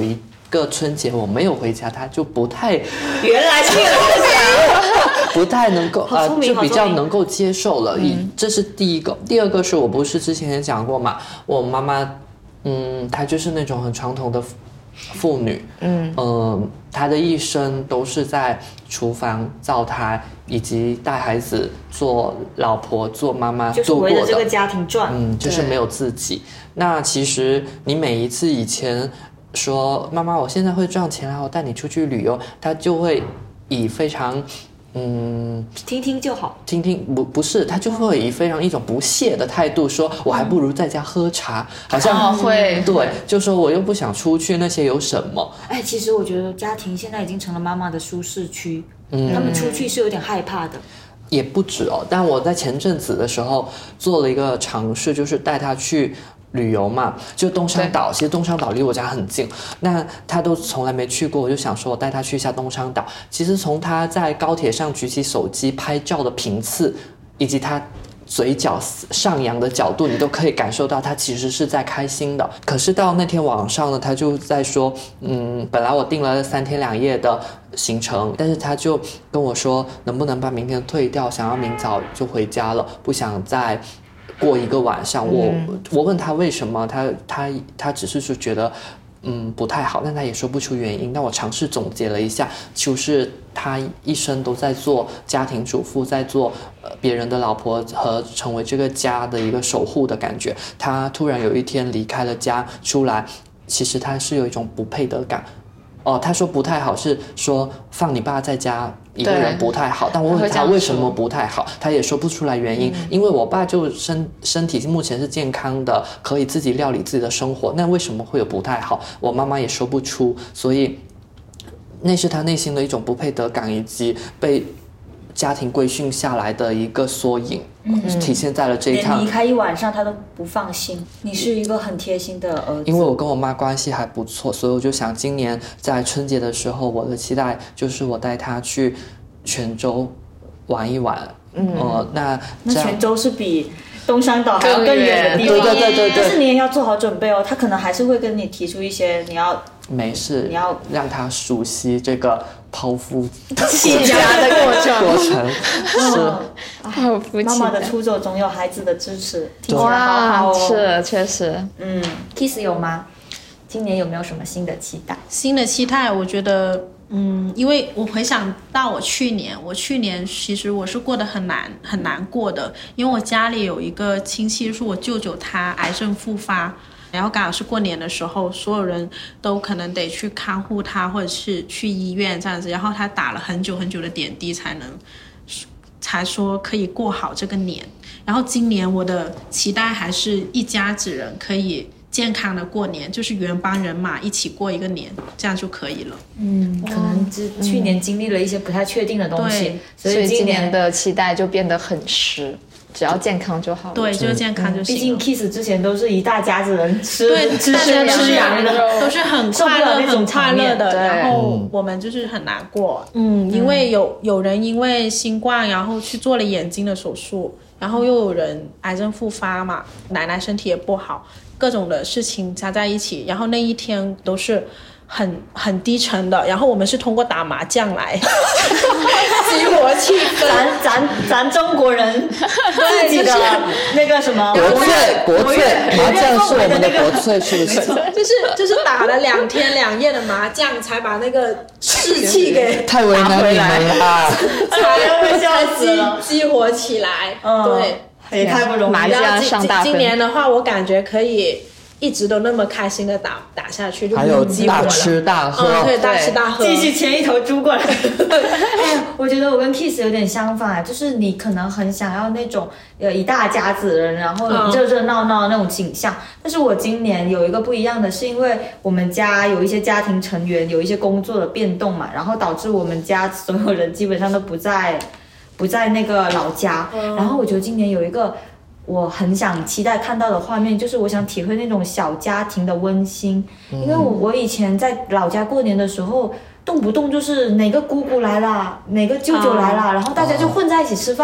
个春节我没有回家，他就不太原来是这样， 不太能够就比较能够接受了。这是第一个。第二个是我不是之前也讲过嘛，我妈妈她就是那种很传统的妇女，她的一生都是在厨房灶台以及带孩子做老婆做妈妈就是度过的， 围着这个家庭转， 就是没有自己。那其实你每一次以前说妈妈我现在会赚钱了，我带你出去旅游，她就会以非常听听就好， 听听不是，他就会以非常一种不屑的态度说，我还不如在家喝茶，好像会对，就说我又不想出去，那些有什么？ 哎，其实我觉得家庭现在已经成了妈妈的舒适区，他们出去是有点害怕的。 也不止哦，但我在前阵子的时候做了一个尝试，就是带他去旅游嘛，就东山岛。其实东山岛离我家很近，那他都从来没去过，我就想说我带他去一下东山岛。其实从他在高铁上举起手机拍照的频次，以及他嘴角上扬的角度，你都可以感受到他其实是在开心的。可是到那天晚上呢，他就在说，本来我订了3天2夜的行程，但是他就跟我说，能不能把明天退掉，想要明早就回家了，不想再过一个晚上。我问他为什么，他只是说觉得不太好，但他也说不出原因。但我尝试总结了一下，就是他一生都在做家庭主妇，在做别人的老婆和成为这个家的一个守护的感觉。他突然有一天离开了家出来，其实他是有一种不配得感。他说不太好，是说放你爸在家一个人不太好。但我问他为什么不太好，他也说不出来原因。因为我爸就身体目前是健康的，可以自己料理自己的生活，那为什么会有不太好？我妈妈也说不出，所以那是他内心的一种不配得感，以及被家庭规训下来的一个缩影。体现在了这一趟。 连离开一晚上他都不放心。你是一个很贴心的儿子。 因为我跟我妈关系还不错，所以我就想今年在春节的时候，我的期待就是我带她去泉州玩一玩。那泉州是比东山岛还要更远的地方。 对。 但是你也要做好准备哦，他可能还是会跟你提出一些你要。 没事， 你要让他熟悉这个剖腹弃家的过程。 是， 妈妈的出走总有孩子的支持，听起来好好哦。 是，确实。 Kiss 有吗？今年有没有什么新的期待？ 新的期待，我觉得，因为我回想到我去年其实我是过得很难过的，因为我家里有一个亲戚是我舅舅，他癌症复发。然后刚好是过年的时候，所有人都可能得去看护他，或者是去医院这样子。然后他打了很久很久的点滴，才说可以过好这个年。然后今年我的期待还是一家子人可以健康的过年，就是原班人马一起过一个年，这样就可以了。 可能去年经历了一些不太确定的东西，所以今年的期待就变得很实。只要健康就好了。 对，就是健康就行。 毕竟 Kiss 之前都是一大家子人吃羊肉，都是很快乐、很快乐的。然后我们就是很难过，因为有人因为新冠，然后去做了眼睛的手术，然后又有人癌症复发嘛，奶奶身体也不好，各种的事情加在一起，然后那一天都是很低沉的，然后我们是通过打麻将来激活气氛。 咱中国人自己的那个什么国粹，麻将是我们的国粹，是不是？ 就是打了2天2夜的麻将，才把那个士气给太为难你们了， 才激活起来。对， 也太不容易。 麻将上大分。 今年的话，我感觉可以一直都那么开心的打下去，就还有大吃大喝， 对，大吃大喝， 继续牵一头猪过来。我觉得我跟 Kiss 有点相反，就是你可能很想要那种一大家子人，然后热热闹闹那种景象。但是我今年有一个不一样的，是因为我们家有一些家庭成员有一些工作的变动嘛，然后导致我们家所有人基本上都不在那个老家。然后我觉得今年有一个我很想期待看到的画面，就是我想体会那种小家庭的温馨。因为我以前在老家过年的时候，动不动就是哪个姑姑来了，哪个舅舅来了，然后大家就混在一起吃饭。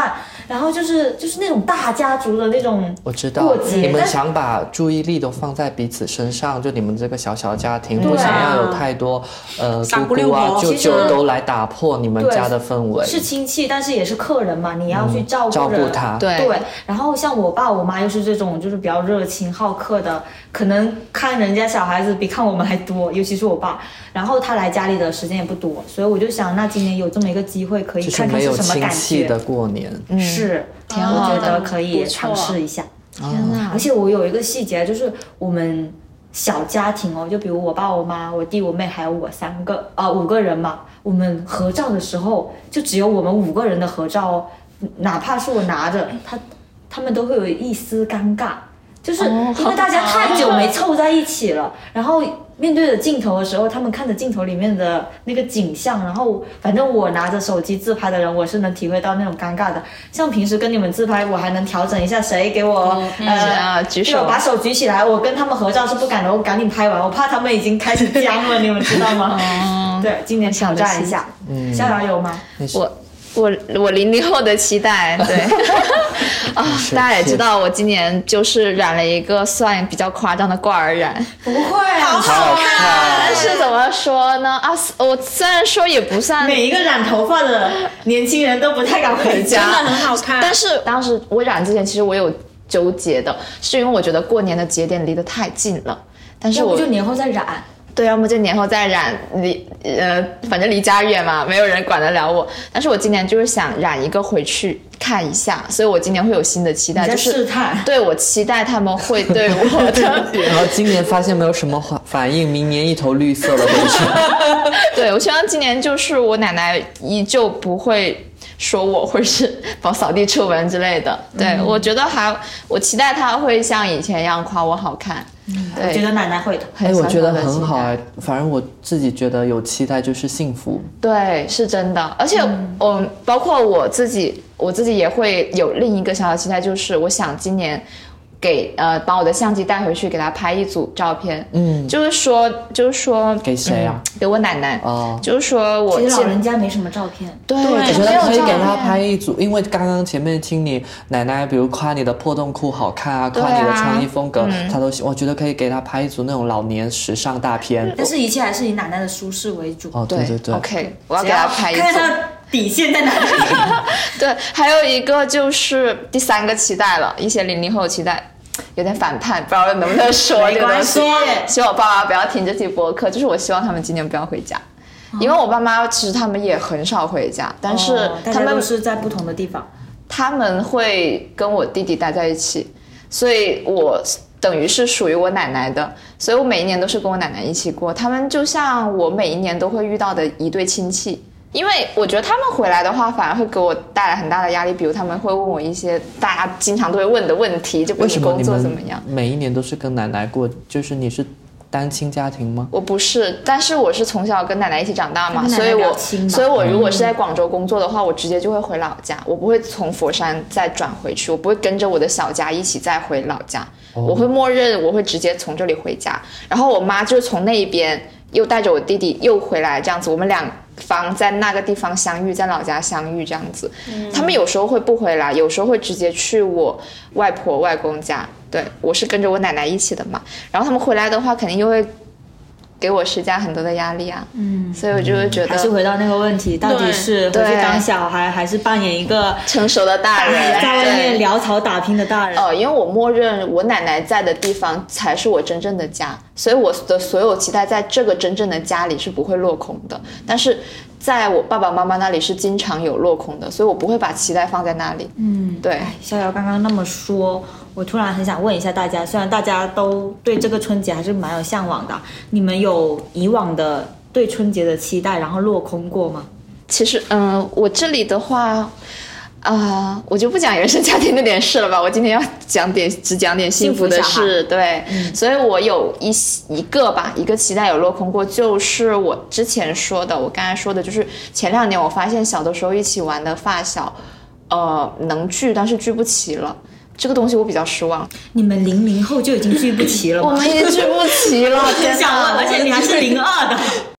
然后就是那种大家族的那种我知道过节， 你们但是想把注意力都放在彼此身上，就你们这个小小家庭， 对啊不想要有太多三姑姑姑啊、 六婆舅其实舅都来打破你们家的氛围。 是亲戚，但是也是客人嘛，你要去照顾着他。 对， 然后像我爸我妈又是这种就是比较热情好客的，可能看人家小孩子比看我们还多，尤其是我爸。然后他来家里的时间也不多，所以我就想，那今年有这么一个机会，可以看看是什么感觉。 就是没有亲戚的过年， 是， 挺好的我觉得可以不错尝试一下。 天哪而且我有一个细节，就是我们小家庭哦，就比如我爸、我妈、我弟、我妹还有我5个人嘛。我们合照的时候，就只有我们5个人的合照哦，哪怕是我拿着他们都会有一丝尴尬，就是因为大家太久没凑在一起了，然后面对着镜头的时候，他们看着镜头里面的那个景象，然后反正我拿着手机自拍的人，我是能体会到那种尴尬的。像平时跟你们自拍，我还能调整一下谁给我举手， 把手举起来。我跟他们合照是不敢的，我赶紧拍完，我怕他们已经开始僵了，你们知道吗？对，今年挑战一下。逍遥有吗？ 我00后的期待，对大家也知道，我今年就是染了一个算比较夸张的挂耳染， 不会，好好看但是怎么说呢？我虽然说也不算每一个染头发的年轻人都不太敢回家， 真的很好看。 但是当时我染之前，其实我有纠结的，是因为我觉得过年的节点离得太近了，但是我要不就年后再染。 对，要么就年后再染，反正离家远嘛，没有人管得了我。但是我今年就是想染一个回去看一下，所以我今年会有新的期待，就是试探。 对，我期待他们会对我的。 然后今年发现没有什么反应，明年一头绿色了回去。 对，我希望今年就是我奶奶依旧不会说我会是帮扫地出门之类的。对，我觉得我期待她会像以前一样夸我好看。对， 我觉得奶奶会的。 我觉得很好哎，反正我自己觉得有期待就是幸福。 对，是真的。而且包括我自己也会有另一个小小期待，就是我想今年把我的相机带回去，给她拍一组照片。就是说给谁啊？ 给我奶奶。 哦， 就是说我其实老人家没什么照片。 对， 我觉得可以给她他拍一组，因为刚刚前面听你奶奶，比如夸你的破洞裤好看啊，夸你的穿衣风格，我觉得可以给她拍一组那种老年时尚大片。 但是一切还是以奶奶的舒适为主。 哦，对。 OK， 我要给她拍一组。 看她底线在哪里？ 对，还有一个就是第3个期待了，一些00后期待。有点反叛，不知道能不能说这个东西。希望我爸妈不要听这期播客，就是我希望他们今年不要回家，因为我爸妈其实他们也很少回家，但是他们都是在不同的地方， 他们会跟我弟弟待在一起，所以我等于是属于我奶奶的，所以我每一年都是跟我奶奶一起过，他们就像我每一年都会遇到的一对亲戚。因为我觉得他们回来的话，反而会给我带来很大的压力。比如他们会问我一些大家经常都会问的问题，就比如你工作怎么样。 每一年都是跟奶奶过，就是你是单亲家庭吗？ 我不是，但是我是从小跟奶奶一起长大嘛，所以我如果是在广州工作的话，我直接就会回老家，我不会从佛山再转回去，我不会跟着我的小家一起再回老家，我会默认我会直接从这里回家，然后我妈就是从那一边又带着我弟弟又回来，这样子我们2方在那个地方相遇，在老家相遇这样子。他们有时候会不回来，有时候会直接去我外婆外公家。对，我是跟着我奶奶一起的嘛，然后他们回来的话肯定又会给我施加很多的压力啊。所以我就会觉得还是回到那个问题，到底是回去当小孩，还是扮演一个成熟的大人， 在外面潦草打拼的大人？ 因为我默认我奶奶在的地方才是我真正的家，所以我的所有期待在这个真正的家里是不会落空的，但是在我爸爸妈妈那里是经常有落空的，所以我不会把期待放在那里。对。 逍遥刚刚那么说，我突然很想问一下大家，虽然大家都对这个春节还是蛮有向往的，你们有以往的对春节的期待然后落空过吗？ 其实我这里的话我就不讲原生家庭那点事了吧，我今天要只讲点幸福的事。对，所以我有一个期待有落空过，就是我之前说的，我刚才说的就是前2年我发现小的时候一起玩的发小能聚但是聚不齐了，这个东西我比较失望。 你们00后就已经聚不齐了吗？ 我们已经聚不齐了， 天哪！而且你还是02的。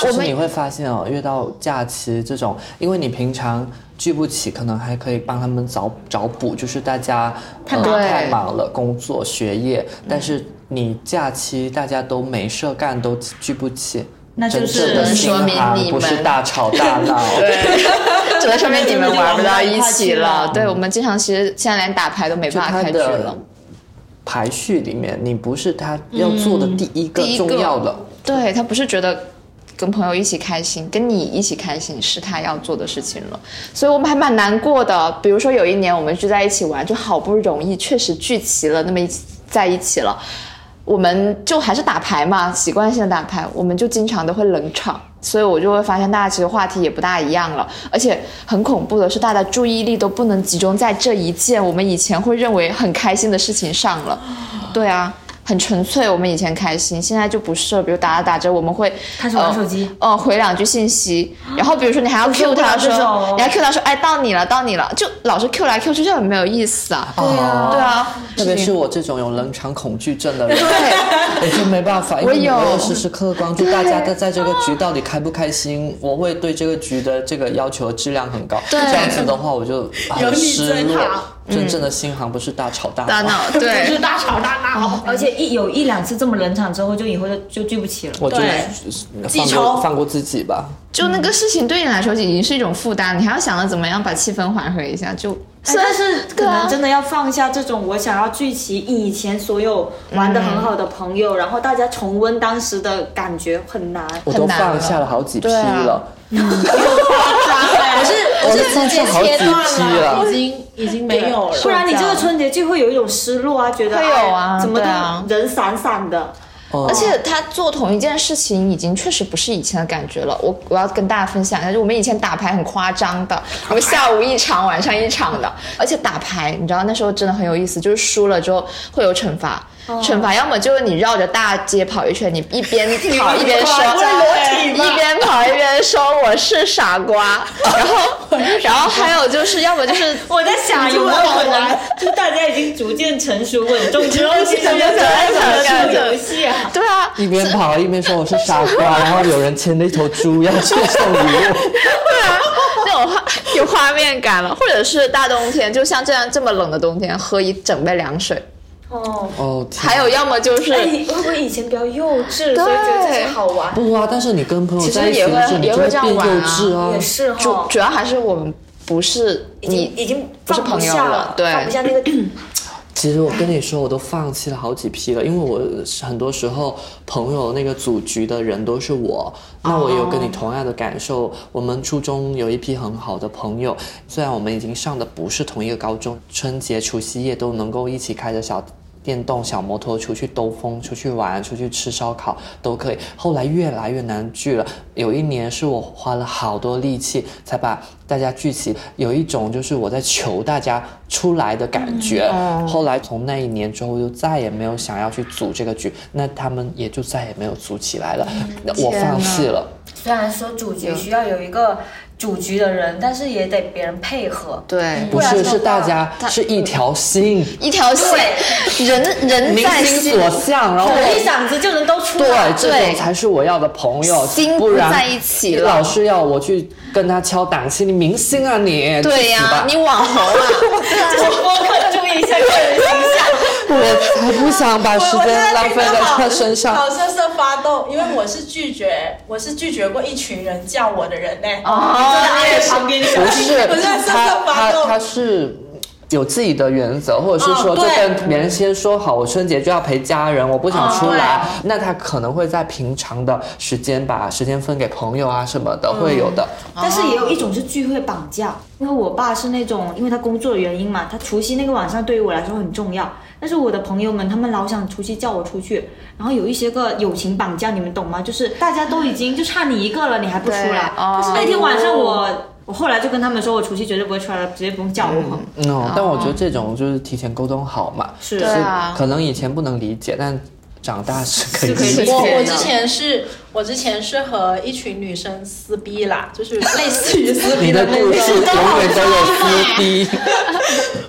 就是你会发现哦，遇到假期这种，因为你平常聚不起，可能还可以帮他们找补，就是大家太忙了，工作学业，但是你假期大家都没事干，都聚不起。 那就是真正的说明你们不是大吵大闹， 对，只能说明你们玩不到一起了。对，我们经常其实现在连打牌都没办法开局了。 排序里面，你不是他要做的第一个重要的， 对，他不是觉得跟朋友一起开心，跟你一起开心是他要做的事情了，所以我们还蛮难过的。比如说有一年我们聚在一起玩，就好不容易确实聚齐了，那么在一起了。我们就还是打牌嘛，习惯性的打牌，我们就经常都会冷场，所以我就会发现大家其实话题也不大一样了，而且很恐怖的是，大家的注意力都不能集中在这一件我们以前会认为很开心的事情上了。对啊，很纯粹，我们以前开心，现在就不是了。比如打着打着，我们会开始玩手机， 回2句信息，然后比如说你还要 Q 他说，你还 Q 他说，哎，到你了，就老是 Q 来 Q 去，就很没有意思啊。 对啊， 特别是我这种有冷场恐惧症的人，我就没办法，因为我有时时刻关注大家在这个局到底开不开心，我会对这个局的这个要求质量很高。这样子的话，我就很失落。真正的新航不是大吵大闹，对， 不是大吵大闹， 而且有1-2次这么冷场之后，就以后就聚不起了。 我就放过自己吧。 就那个事情对你来说已经是一种负担，你还要想着怎么样把气氛缓和一下，就。 但是可能真的要放下这种我想要聚齐以前所有玩得很好的朋友，然后大家重温当时的感觉很难。 我都放下了好几批了。 我是直接切断了，已经没有了。 不然你这个春节就会有一种失落啊，觉得会有啊， 怎么都人散散的。 而且他做同一件事情已经确实不是以前的感觉了。我要跟大家分享一下，就我们以前打牌很夸张的，我们下午一场，晚上一场的。而且打牌，你知道那时候真的很有意思，就是输了之后会有惩罚。惩罚要么就是你绕着大街跑一圈，你一边跑一边说，一边跑一边说我是傻瓜，然后还有就是要么就是我在想有没有可能，就是大家已经逐渐成熟稳重之后，其实就在玩游戏啊。 对啊， 一边跑一边说我是傻瓜，然后有人牵了一头猪要去送礼物。 对啊，那种有画面感了，或者是大冬天，就像这么冷的冬天，喝一整杯凉水。还有要么就是会不会以前比较幼稚，所以觉得这些好玩？ 不啊，但是你跟朋友在一起的时候，你就会变幼稚啊。 也是主要还是我们不是已经不是朋友了，对， 放不下那个。 其实我跟你说，我都放弃了好几批了，因为我很多时候朋友那个组局的人都是我，那我有跟你同样的感受。我们初中有一批很好的朋友，虽然我们已经上的不是同一个高中，春节除夕夜都能够一起开着小电动小摩托出去兜风，出去玩，出去吃烧烤都可以。后来越来越难聚了，有一年是我花了好多力气才把大家聚齐，有一种就是我在求大家出来的感觉。后来从那一年之后就再也没有想要去组这个局，那他们也就再也没有组起来了。我放弃了。 虽然说主局需要有一个主局的人，但是也得别人配合。 对， 不是，是大家是一条心， 人在心所向，然后吼一嗓子就能都出来。对，这种才是我要的朋友。 心不在一起了， 老是要我去跟他敲档期，你明星啊你？ 对呀，你网红啊！ 这是播客，注意一下个人形象。 我才不想把时间浪费在他身上。 好瑟瑟发抖，因为我是拒绝过一群人叫我的人呢。 你在旁边不是，他是有自己的原则，或者是说就跟别人先说好，我春节就要陪家人，我不想出来，那他可能会在平常的时间把时间分给朋友啊什么的，会有的。 但是也有一种是聚会绑架，因为我爸是那种，因为他工作的原因嘛，他除夕那个晚上对于我来说很重要。但是我的朋友们，他们老想除夕叫我出去，然后有一些个友情绑架，你们懂吗？就是大家都已经就差你一个了，你还不出来。就是那天晚上我后来就跟他们说，我除夕绝对不会出来了，直接不用叫我。 但我觉得这种就是提前沟通好嘛， 是可能以前不能理解，但长大是可以理解。 我之前是和一群女生撕逼啦，就是类似于撕逼的那种。 你的故事永远都有撕逼。 不是，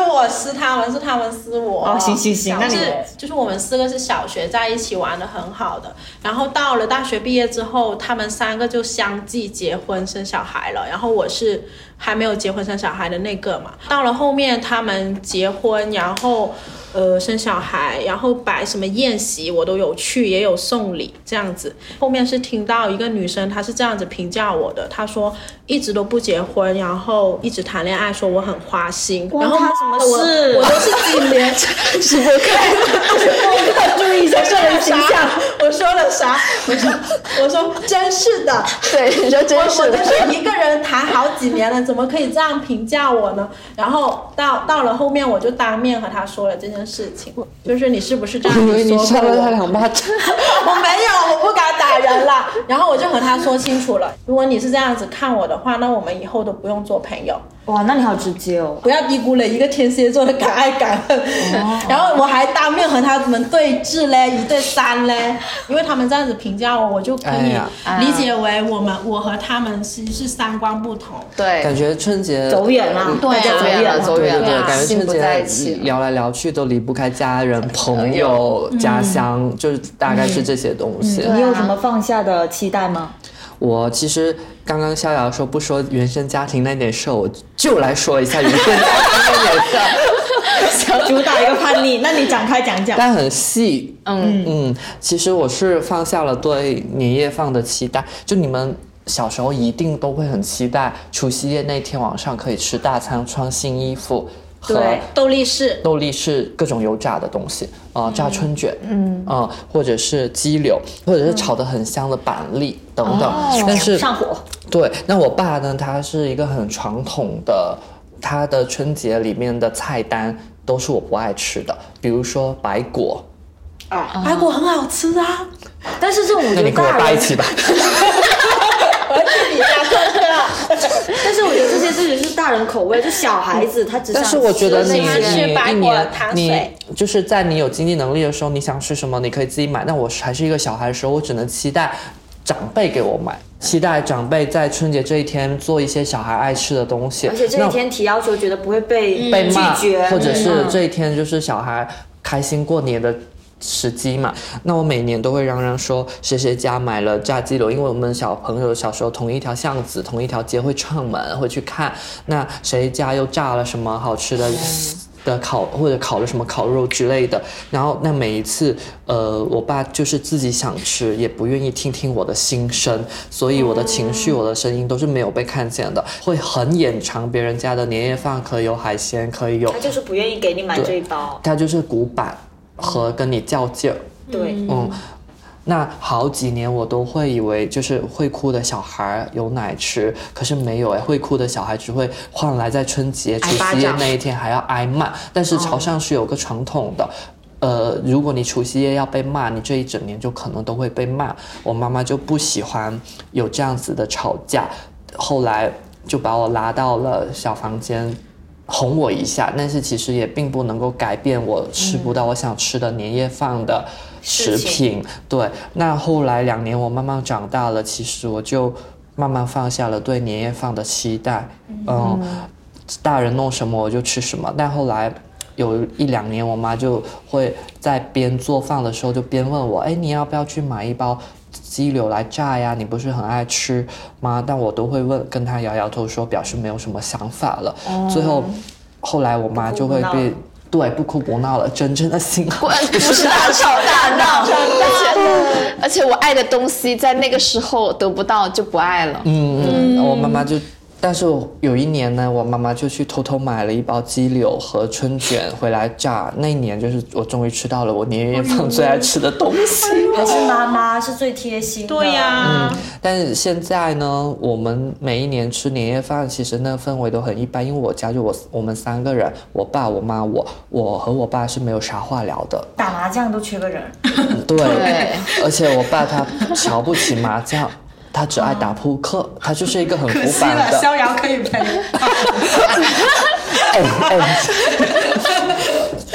我撕他们，是他们撕我。 哦，行，那你就是我们4个是小学在一起玩的很好的，然后到了大学毕业之后，他们3个就相继结婚生小孩了，然后我是还没有结婚生小孩的那个嘛。到了后面他们结婚，然后生小孩，然后摆什么宴席我都有去，也有送礼这样子。后面是听到一个女生她是这样子评价我的，她说一直都不结婚，然后一直谈恋爱，说我很花心。然后她什么事？ 我都是几年直播看， 注意一下个人形象。 我说了啥？我说真是的， 对，你说真是的， 我都是一个人谈好几年了，怎么可以这样评价我呢？然后到了后面，我就当面和他说了这件事情，就是你是不是这样子说过我？ 以为你扇了他2巴掌。 我没有，我不敢打人了。然后我就和他说清楚了，如果你是这样子看我的话，那我们以后都不用做朋友。 哇，那你好直接哦！ 不要低估了一个天蝎座的敢爱敢恨。然后我还当面和他们对峙嘞，1对3嘞，因为他们这样子评价我，我就可以理解为我和他们其实是3观不同。 对， 感觉春节走远了， 对， 走远了， 对，感觉春节聊来聊去都离不开家人、朋友、家乡，就是大概是这些东西。 你有什么放下的期待吗？ 我其实刚刚逍遥说不说原生家庭那点事，我就来说一下原生家庭那点事。 想主打一个叛逆，那你展开讲讲。 但很细，其实我是放下了对年夜饭的期待。就你们小时候一定都会很期待除夕夜那天晚上可以吃大餐、穿新衣服。 对，豆粒是各种油炸的东西炸春卷，或者是鸡柳，或者是炒得很香的板栗等等。但是上火。 对，那我爸呢，他是一个很传统的，他的春节里面的菜单都是我不爱吃的，比如说白果。 白果很好吃啊， 但是这种我觉得那你跟我爸一起吧。 我要去你家做客。 但是我觉得这些事情是大人口味，就小孩子他只想吃。 但是我觉得你白果糖水， 你就是在你有经济能力的时候，你想吃什么你可以自己买。但我还是一个小孩的时候，我只能期待长辈给我买，期待长辈在春节这一天做一些小孩爱吃的东西， 而且这一天提要求觉得不会被骂拒绝， 或者是这一天就是小孩开心过年的时机嘛。那我每年都会嚷嚷说谁谁家买了炸鸡柳，因为我们小朋友小时候同一条巷子同一条街会串门会去看，那谁家又炸了什么好吃的烤或者烤了什么烤肉之类的。然后那每一次我爸就是自己想吃，也不愿意听听我的心声，所以我的情绪我的声音都是没有被看见的，会很掩藏别人家的年夜饭可以有海鲜可以有， 他就是不愿意给你买这一包， 他就是古板和跟你较劲儿。 对， 那好几年我都会以为就是会哭的小孩有奶吃，可是没有会哭的小孩只会换来在春节除夕夜那一天还要挨骂。但是潮汕是有个传统的，如果你除夕夜要被骂，你这一整年就可能都会被骂。我妈妈就不喜欢有这样子的吵架，后来就把我拉到了小房间哄我一下，但是其实也并不能够改变我吃不到我想吃的年夜饭的食品。对，那后来2年我慢慢长大了，其实我就慢慢放下了对年夜饭的期待。大人弄什么我就吃什么。但后来有1-2年，我妈就会在边做饭的时候就边问我，你要不要去买一包鸡柳来炸呀？你不是很爱吃吗？但我都会跟她摇摇头说，表示没有什么想法了。最后后来我妈就会被不哭不闹了，真正的心好， 不是大吵大闹，而且我爱的东西在那个时候得不到就不爱了。 我妈妈就。但是有一年呢，我妈妈就去偷偷买了一包鸡柳和春卷回来炸。那一年就是我终于吃到了我年夜饭最爱吃的东西。 还是妈妈是最贴心的。 对呀。 但是现在呢，我们每一年吃年夜饭，其实那氛围都很一般。因为我家就我们3个人，我爸、我妈、我和我爸是没有啥话聊的。 打麻将都缺个人。 对，而且我爸他瞧不起麻将。他只爱打扑克，他就是一个很古板的。 逍遥可以陪。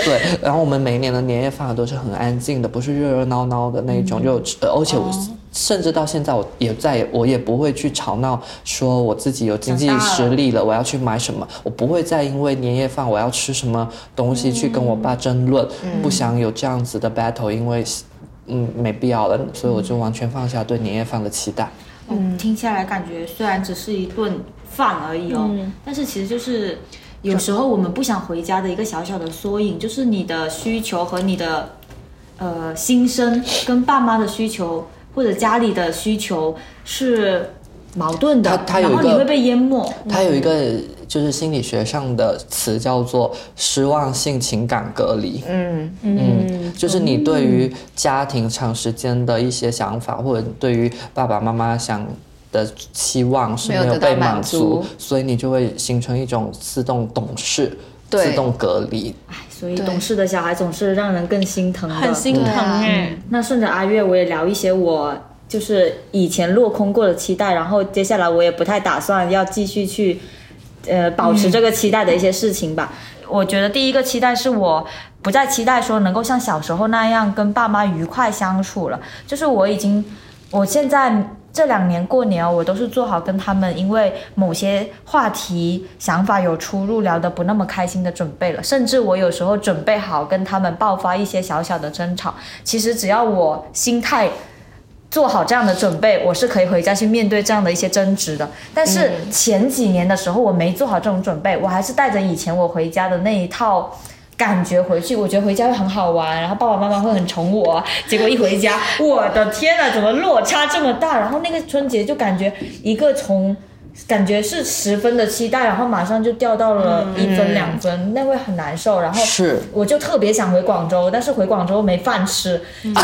对，然后我们每一年的年夜饭都是很安静的，不是热热闹闹的那种，而且甚至到现在我也不会去吵闹，说我自己有经济实力了，我要去买什么，我不会再因为年夜饭我要吃什么东西去跟我爸争论，不想有这样子的 battle， 因为没必要了，所以我就完全放下对年夜饭的期待。 听下来感觉虽然只是一顿饭而已但是其实就是有时候我们不想回家的一个小小的缩影，就是你的需求和你的心声跟爸妈的需求或者家里的需求是矛盾的，然后你会被淹没。 它有一个就是心理学上的词叫做失望性情感隔离。就是你对于家庭长时间的一些想法，或者对于爸爸妈妈想的期望是没有被满足，所以你就会形成一种自动懂事、自动隔离。 所以懂事的小孩总是让人更心疼的， 很心疼那顺着阿月，我也聊一些我就是以前落空过的期待，然后接下来我也不太打算要继续去保持这个期待的一些事情吧。我觉得第一个期待是我不再期待说能够像小时候那样跟爸妈愉快相处了，就是我现在这2年过年我都是做好跟他们因为某些话题想法有出入聊得不那么开心的准备了，甚至我有时候准备好跟他们爆发一些小小的争吵，其实只要我心态做好这样的准备，我是可以回家去面对这样的一些争执的。但是前几年的时候我没做好这种准备，我还是带着以前我回家的那一套感觉回去，我觉得回家会很好玩，然后爸爸妈妈会很宠我，结果一回家，我的天哪，怎么落差这么大？然后那个春节就感觉一个从感觉是10分的期待，然后马上就掉到了1分2分，那会很难受。然后我就特别想回广州，但是回广州没饭吃，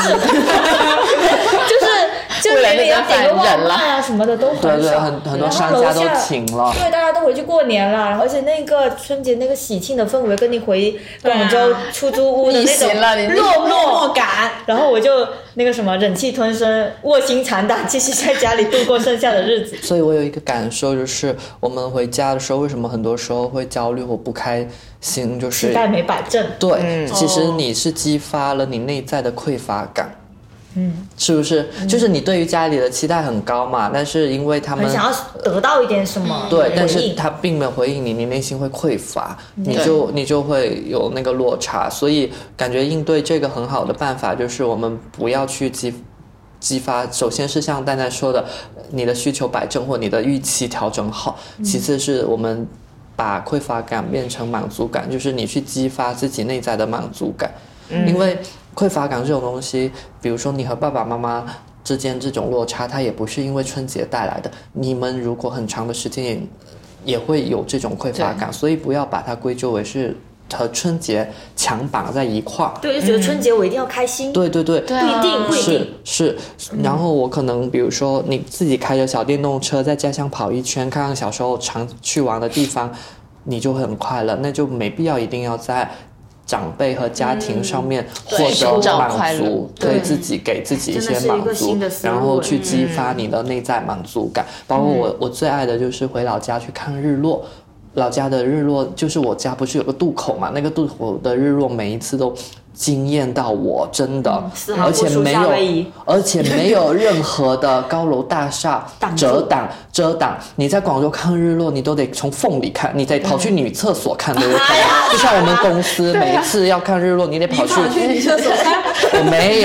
就连你要点个外卖啊什么的都很少， 很多商家都停了， 对，大家都回去过年了，而且那个春节那个喜庆的氛围，跟你回广州出租屋的那种落寞感，然后我就那个什么忍气吞声，卧薪尝胆，继续在家里度过剩下的日子。 所以我有一个感受，就是我们回家的时候，为什么很多时候会焦虑或不开心，就是期待没摆正。 对，其实你是激发了你内在的匮乏感。是不是？就是你对于家里的期待很高嘛，但是因为他们很想要得到一点什么， 对，但是他并没有回应你，你内心会匮乏，你就会有那个落差。所以感觉应对这个很好的办法就是我们不要去激发，首先是像蛋蛋说的，你的需求摆正或你的预期调整好，其次是我们把匮乏感变成满足感，就是你去激发自己内在的满足感。因为匮乏感这种东西，比如说你和爸爸妈妈之间这种落差，它也不是因为春节带来的，你们如果很长的时间也会有这种匮乏感，所以不要把它归咎为是和春节强绑在一块儿。 对，就觉得春节我一定要开心。 对， 不一定是。然后我可能比如说你自己开着小电动车在家乡跑一圈，看看小时候常去玩的地方，你就会很快乐，那就没必要一定要在长辈和家庭上面获得满足，对自己给自己一些满足，然后去激发你的内在满足感。包括我最爱的就是回老家去看日落，老家的日落就是我家不是有个渡口嘛，那个渡口的日落每一次都惊艳到我，真的，而且没有任何的高楼大厦遮挡。你在广州看日落，你都得从缝里看，你得跑去女厕所看，对不对？就像我们公司每一次要看日落，你得跑去女厕所看。 我没有，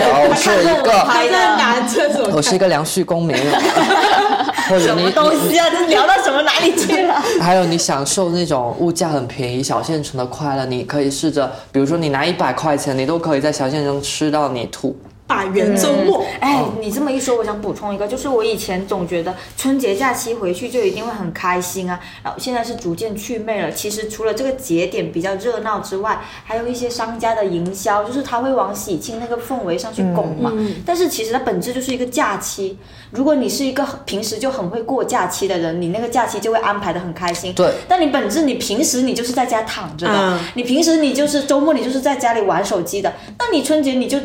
我是一个良婿公民。或者什么东西啊？这聊到什么哪里去了？ 还有你享受那种物价很便宜小县城的快乐，你可以试着，比如说你拿100块钱，你都可以在小县城吃到你吐。 大元周末， 你这么一说，我想补充一个，就是我以前总觉得春节假期回去就一定会很开心啊，然后现在是逐渐祛魅了。其实除了这个节点比较热闹之外，还有一些商家的营销，就是他会往喜庆那个氛围上去拱嘛。但是其实它本质就是一个假期。如果你是一个平时就很会过假期的人，你那个假期就会安排得很开心。 对。 但你本质你平时你就是在家躺着的，你平时你就是周末你就是在家里玩手机的，那你春节你就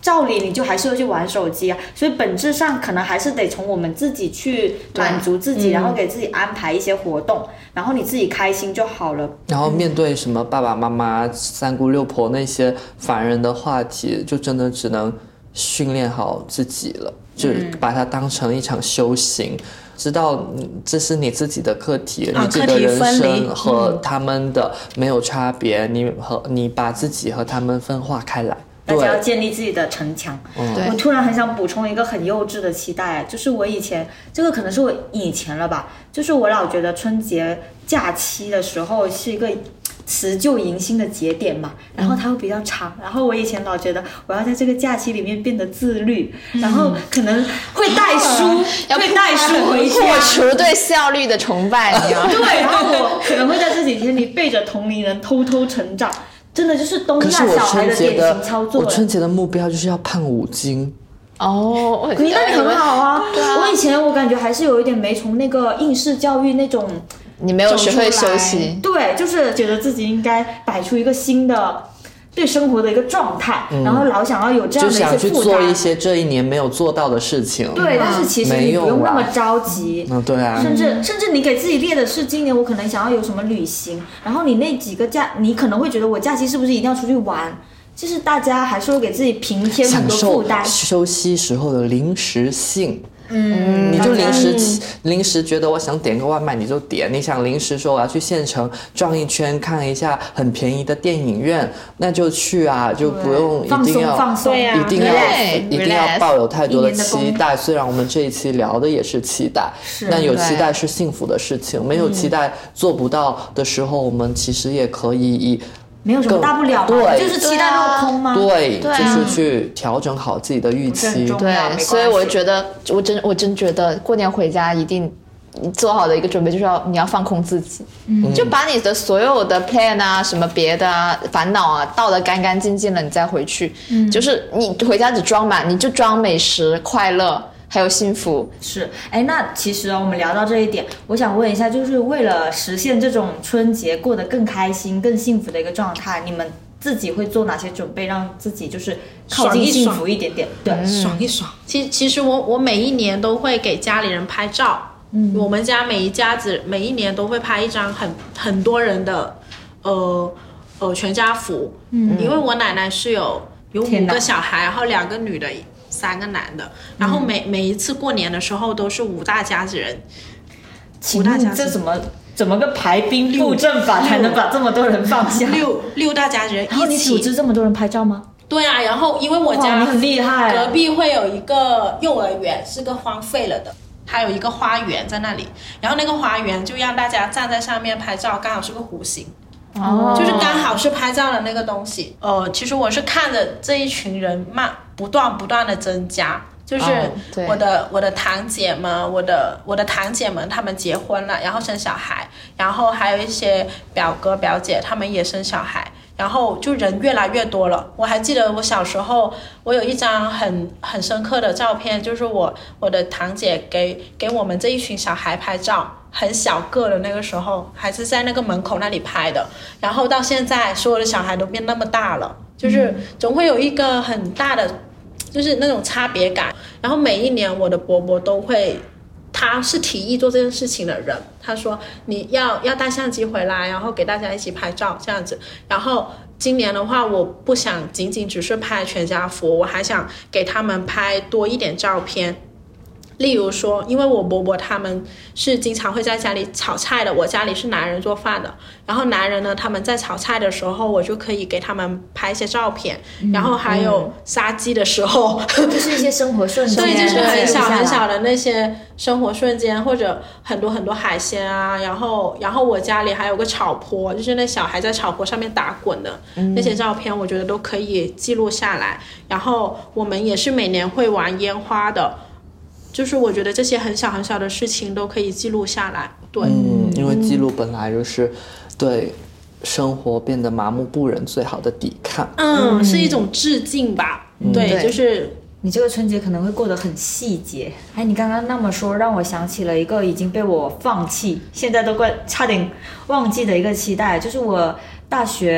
照理你就还是会去玩手机啊，所以本质上可能还是得从我们自己去满足自己，然后给自己安排一些活动，然后你自己开心就好了。 然后面对什么爸爸妈妈、三姑六婆那些烦人的话题，就真的只能训练好自己了，就把它当成一场修行。知道这是你自己的课题，你自己的人生和他们的没有差别，你把自己和他们分化开来。 大家要建立自己的城墙。我突然很想补充一个很幼稚的期待，就是我以前，这个可能是我以前了吧，就是我老觉得春节假期的时候是一个辞旧迎新的节点嘛，然后它会比较长，然后我以前老觉得我要在这个假期里面变得自律，然后可能会带书，会带书回家， 破除对效率的崇拜，你要对，然后我可能会在这几天里背着同龄人偷偷成长，真的就是东亚小孩的典型操作。 我春节的目标就是要胖5斤。 哦， 你那很好啊。我以前我感觉还是有一点没从那个应试教育那种。 你没有学会休息， 对，就是觉得自己应该摆出一个新的对生活的一个状态，然后老想要有这样的一些负担， 就想去做一些这一年没有做到的事情。 对，但是其实你不用那么着急。 对啊。 甚至你给自己列的是今年我可能想要有什么旅行，然后你那几个假，你可能会觉得我假期是不是一定要出去玩？就是大家还是会给自己平添很多负担， 享受休息时候的临时性。你就临时觉得我想点个外卖你就点，你想临时说我要去县城转一圈看一下很便宜的电影院，那就去啊，就不用一定要放松一定要抱有太多的期待。虽然我们这一期聊的也是期待，但有期待是幸福的事情，没有期待做不到的时候，我们其实也可以以没有什么大不了嘛，就是期待落空吗？ 对，就是去调整好自己的预期。 对，所以我觉得，我真觉得过年回家一定你做好的一个准备就是你要放空自己，就把你的所有的 plan 啊、什么别的啊、烦恼啊倒得干干净净了，你再回去。就是你回家只装满，你就装美食、快乐。还有幸福。 是，那其实我们聊到这一点，我想问一下，就是为了实现这种春节过得更开心、更幸福的一个状态，你们自己会做哪些准备，让自己就是靠近幸福一点点？对， 爽一爽。其实我每一年都会给家里人拍照，我们家每一家子每一年都会拍一张很多人的全家福，因为我奶奶是有5个小孩，然后2个女的。3个男的，然后每一次过年的时候都是5大家子人。 请问这怎么个排兵布阵法才能把这么多人放下？ 六大家子人一起。 然后你组织这么多人拍照吗？ 对啊，然后因为我家很厉害， 隔壁会有一个幼儿园，是个荒废了的，还有一个花园在那里，然后那个花园就让大家站在上面拍照，刚好是个弧形。就是刚好是拍照的那个东西。其实我是看着这一群人不断的增加，就是我的堂姐们，我的堂姐们他们结婚了，然后生小孩，然后还有一些表哥表姐他们也生小孩，然后就人越来越多了。我还记得我小时候，我有一张很深刻的照片，就是我的堂姐给我们这一群小孩拍照。很小个的那个时候，还是在那个门口那里拍的，然后到现在所有的小孩都变那么大了，就是总会有一个很大的就是那种差别感。然后每一年我的伯伯都会，他是提议做这件事情的人，他说你要带相机回来，然后给大家一起拍照这样子。然后今年的话，我不想仅仅只是拍全家福，我还想给他们拍多一点照片。例如说，因为我伯伯他们是经常会在家里炒菜的，我家里是男人做饭的，然后男人呢他们在炒菜的时候，我就可以给他们拍一些照片，然后还有杀鸡的时候， 就是一些生活瞬间， 对，就是很小很小的那些生活瞬间，或者很多海鲜啊，然后我家里还有个草坡，就是那小孩在草坡上面打滚的那些照片，我觉得都可以记录下来。然后我们也是每年会玩烟花的。就是我觉得这些很小很小的事情都可以记录下来。对， 因为记录本来就是对生活变得麻木不仁最好的抵抗。 是一种致敬吧。对，就是你这个春节可能会过得很细节。你刚刚那么说，让我想起了一个已经被我放弃，现在都差点忘记的一个期待，就是我大学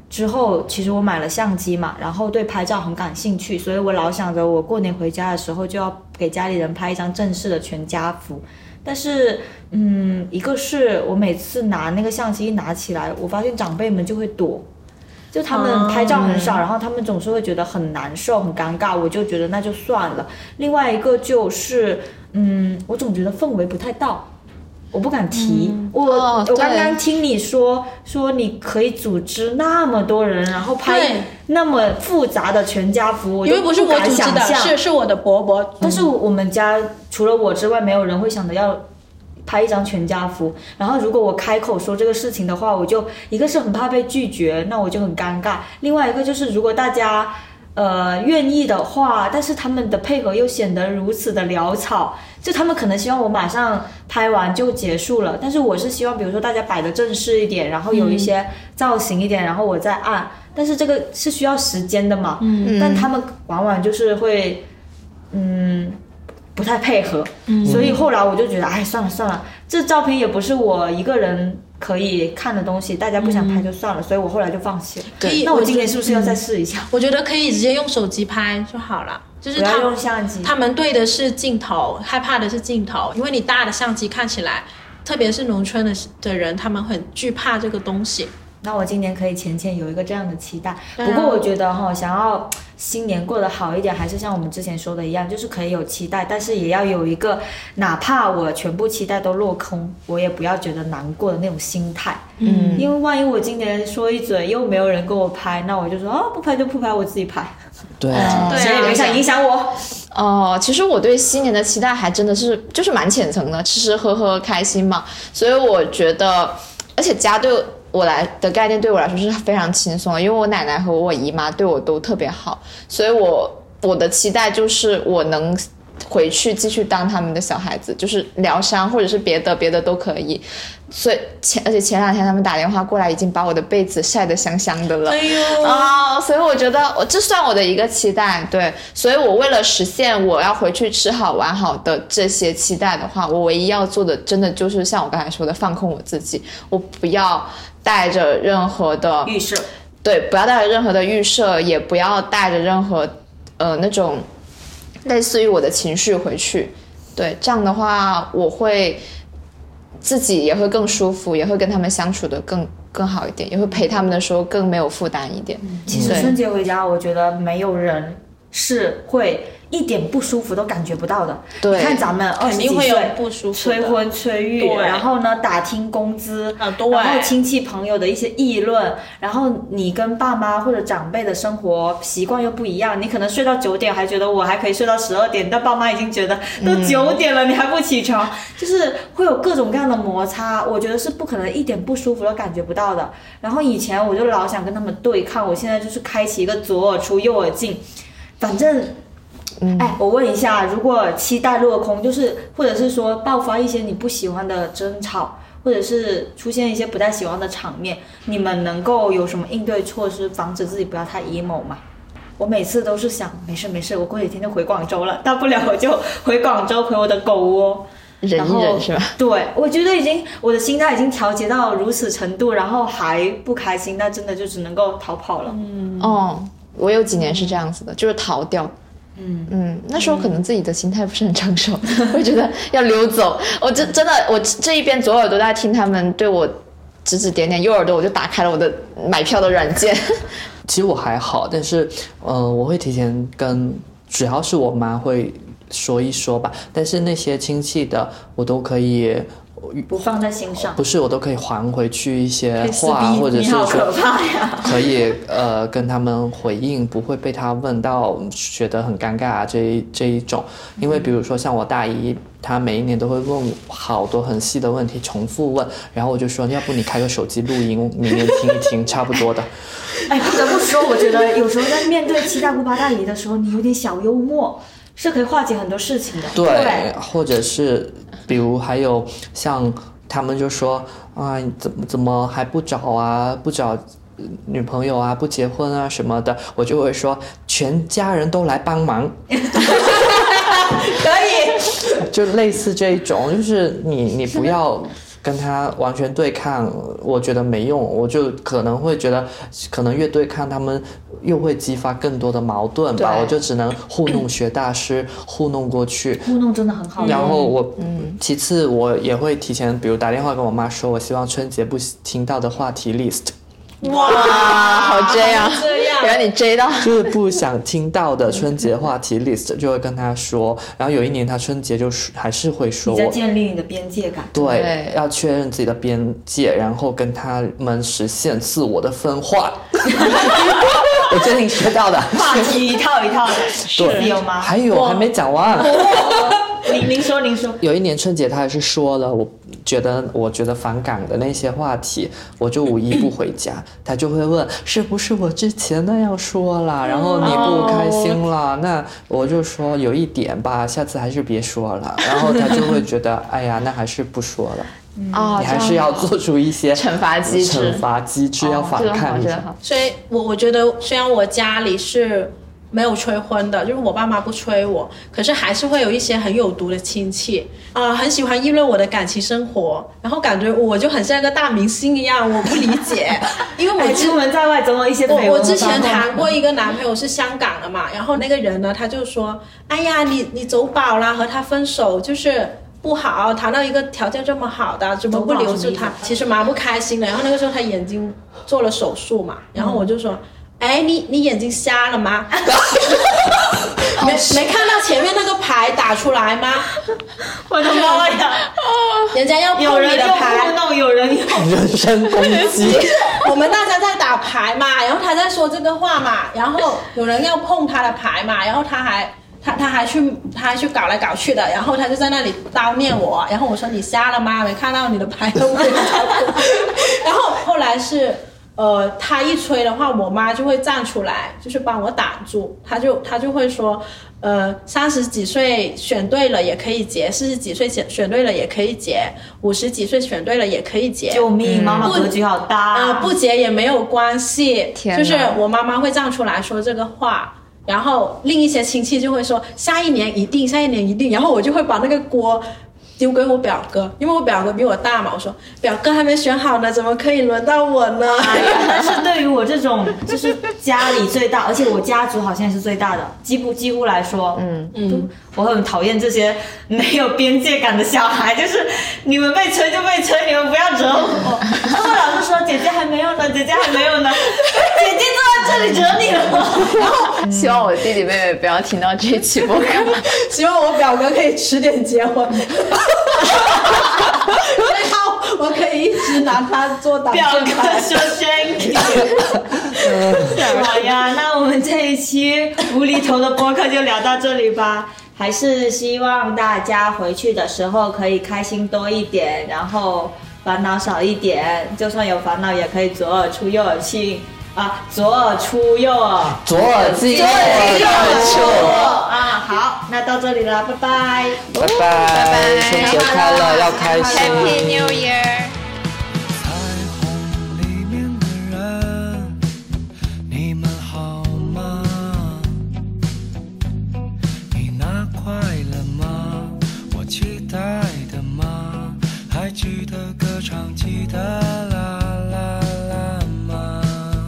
之后其实我买了相机嘛，然后对拍照很感兴趣，所以我老想着我过年回家的时候就要给家里人拍一张正式的全家福。但是一个是我每次拿那个相机一拿起来，我发现长辈们就会躲，就他们拍照很少，然后他们总是会觉得很难受很尴尬，我就觉得那就算了。另外一个就是我总觉得氛围不太到，我不敢提。我刚刚听你说你可以组织那么多人，然后拍那么复杂的全家福， 因为不是我组织的，是我的伯伯。 但是我们家除了我之外，没有人会想着要拍一张全家福。然后如果我开口说这个事情的话，我就一个是很怕被拒绝，那我就很尴尬。另外一个就是如果大家愿意的话，但是他们的配合又显得如此的潦草，就他们可能希望我马上拍完就结束了，但是我是希望比如说大家摆的正式一点，然后有一些造型一点，然后我再按，但是这个是需要时间的嘛，但他们往往就是会不太配合，所以后来我就觉得算了，这照片也不是我一个人可以看的东西，大家不想拍就算了，所以我后来就放弃了。对，那我今年是不是要再试一下？ 我觉得可以直接用手机拍就好了，就是不要用相机。 他们对的是镜头，害怕的是镜头，因为你大的相机看起来，特别是农村的人，他们很惧怕这个东西。 那我今年可以浅有一个这样的期待，不过我觉得想要新年过得好一点，还是像我们之前说的一样，就是可以有期待，但是也要有一个哪怕我全部期待都落空，我也不要觉得难过的那种心态。因为万一我今年说一嘴又没有人跟我拍，那我就说不拍就不拍，我自己拍。 对， 谁也别想影响我。 其实我对新年的期待还真的是就是蛮浅层的，吃吃喝喝开心嘛，所以我觉得，而且家对我的概念对我来说是非常轻松的，因为我奶奶和我姨妈对我都特别好，所以我的期待就是我能回去继续当他们的小孩子，就是疗伤或者是别的都可以。所以而且前2天他们打电话过来，已经把我的被子晒得香香的了。所以我觉得这算我的一个期待。对，所以我为了实现我要回去吃好玩好的这些期待的话，我唯一要做的真的就是像我刚才说的，放空我自己，我不要带着任何的预设， 对，不要带着任何的预设，也不要带着任何那种类似于我的情绪回去。对，这样的话我会自己也会更舒服，也会跟他们相处的更好一点，也会陪他们的时候更没有负担一点。 其实春节回家，我觉得没有人是会一点不舒服都感觉不到的。 对， 你看咱们20几岁不舒服， 催婚催育，然后呢打听工资，然后亲戚朋友的一些议论，然后你跟爸妈或者长辈的生活习惯又不一样，你可能睡到9点还觉得我还可以睡到12点，但爸妈已经觉得都9点了，你还不起床，就是会有各种各样的摩擦，我觉得是不可能一点不舒服都感觉不到的。然后以前我就老想跟他们对抗，我现在就是开启一个左耳出右耳进，反正我问一下，如果期待落空，就是或者是说爆发一些你不喜欢的争吵，或者是出现一些不太喜欢的场面，你们能够有什么应对措施，防止自己不要太 emo 吗？我每次都是想没事，我过几天就回广州了，大不了我就回广州陪我的狗窝， 忍一忍是吧？ 对，我觉得我的心态已经调节到如此程度，然后还不开心，那真的就只能够逃跑了。 我有几年是这样子的，就是逃掉。那时候可能自己的心态不是很成熟，会觉得要溜走。我真的，我这一边左耳朵在听他们对我指指点点，右耳朵我就打开了我的买票的软件。 其实我还好，但是我会提前跟，只要是我妈会说一说吧，但是那些亲戚的我都可以不放在心上， 不是，我都可以还回去一些话，或者是说可以跟他们回应，不会被他问到觉得很尴尬这一种。因为比如说像我大姨，她每一年都会问我好多很细的问题，重复问，然后我就说要不你开个手机录音，明年听一听，差不多的。 不得不说，我觉得有时候在面对七大姑八大姨的时候，你有点小幽默是可以化解很多事情的。 对，或者是比如还有像他们就说你怎么还不找啊，不找女朋友啊，不结婚啊什么的，我就会说全家人都来帮忙。可以，就类似这一种，就是你不要跟他完全对抗，我觉得没用，我就可能会觉得，可能越对抗他们又会激发更多的矛盾吧，我就只能糊弄学大师，糊弄过去。 糊弄真的很好用。 然后我，其次我也会提前，比如打电话跟我妈说，我希望春节不听到的话题 list。 哇，好 J 啊！原来你 J 到， 就是不想听到的春节话题 list 就会跟他说，然后有一年他春节就是还是会说我， 你在建立你的边界感。 对，要确认自己的边界，然后跟他们实现自我的分化。我最近学到的话题一套一套的，是有吗？ 还有还没讲完。 您说。 有一年春节他还是说了我觉得反感的那些话题，我就五一不回家，他就会问是不是我之前那样说了，然后你不开心了，那我就说有一点吧，下次还是别说了，然后他就会觉得哎呀那还是不说了。你还是要做出一些惩罚机制， 要反抗一下。 所以我觉得虽然我家里是没有催婚的，就是我爸妈不催我，可是还是会有一些很有毒的亲戚很喜欢议论我的感情生活，然后感觉我就很像一个大明星一样，我不理解，因为我出门在外总有一些绯闻。 我之前谈过一个男朋友是香港的嘛，然后那个人呢他就说，哎呀你走宝啦，和他分手就是不好，谈到一个条件这么好的，怎么不留住他？其实蛮不开心的。然后那个时候他眼睛做了手术嘛，然后我就说，哎，你眼睛瞎了吗？没看到前面那个牌打出来吗？ 我的妈呀！ 人家要碰你的牌， 有人用人身攻击。 我们大家在打牌嘛，然后他在说这个话嘛，然后有人要碰他的牌嘛，然后他还去搞来搞去的，然后他就在那里叨念我，然后我说你瞎了吗？没看到你的牌都没有然后后来是他一催的话，我妈就会站出来，就是帮我挡住，他就会说30几岁选对了也可以结，40几岁选对了也可以结，50几岁选对了也可以结。 救命，妈妈格局好大不结也没有关系，就是我妈妈会站出来说这个话。然后另一些亲戚就会说下一年一定，然后我就会把那个锅丢给我表哥，因为我表哥比我大嘛，我说表哥还没选好呢，怎么可以轮到我呢？ 但是对于我这种就是家里最大，而且我家族好像也是最大的，几乎来说，我很讨厌这些没有边界感的小孩，就是你们被催就被催，你们不要惹我。他们老是说姐姐还没有呢，姐姐坐在这里惹你了。 然后希望我弟弟妹妹不要听到这一期播客， 希望我表哥可以迟点结婚。最好我可以一直拿他做挡箭牌。 表哥说 thank you。好呀，那我们这一期无厘头的播客就聊到这里吧。还是希望大家回去的时候可以开心多一点，然后烦恼少一点。就算有烦恼，也可以左耳出右耳进啊，左耳出右耳， 左耳进右耳出啊。好，那到这里了，拜拜， 拜拜，春节快乐，要开心 ，Happy New Year。 彩虹里面的人，你们好吗？你那快乐吗？我期待的吗？还记得歌唱记得啦啦啦吗？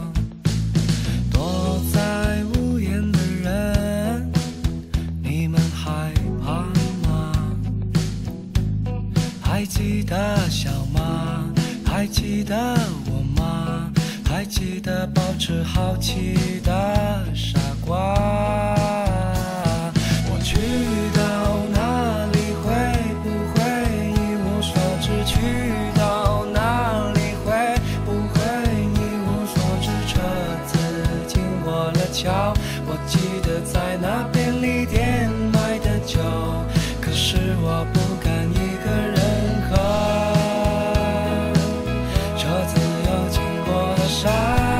躲在屋檐的人，你们害怕吗？还记得笑吗？还记得我吗？还记得保持好奇的傻瓜？我去到哪里会不会一无所知？去到哪里会不会一无所知？车子经过了桥，我记得在那便利店买的酒，可是我不敢一个人喝。车子又经过了山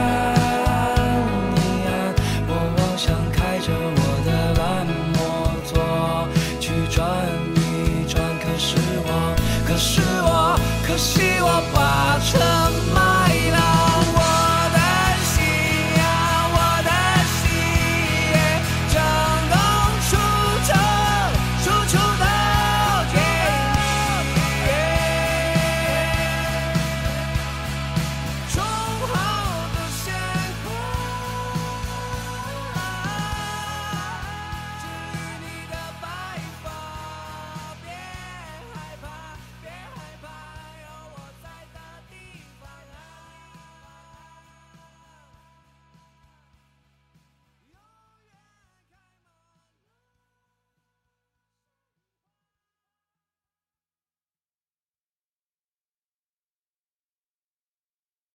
崖，我妄想开着我的蓝摩托去转一转，可惜我把车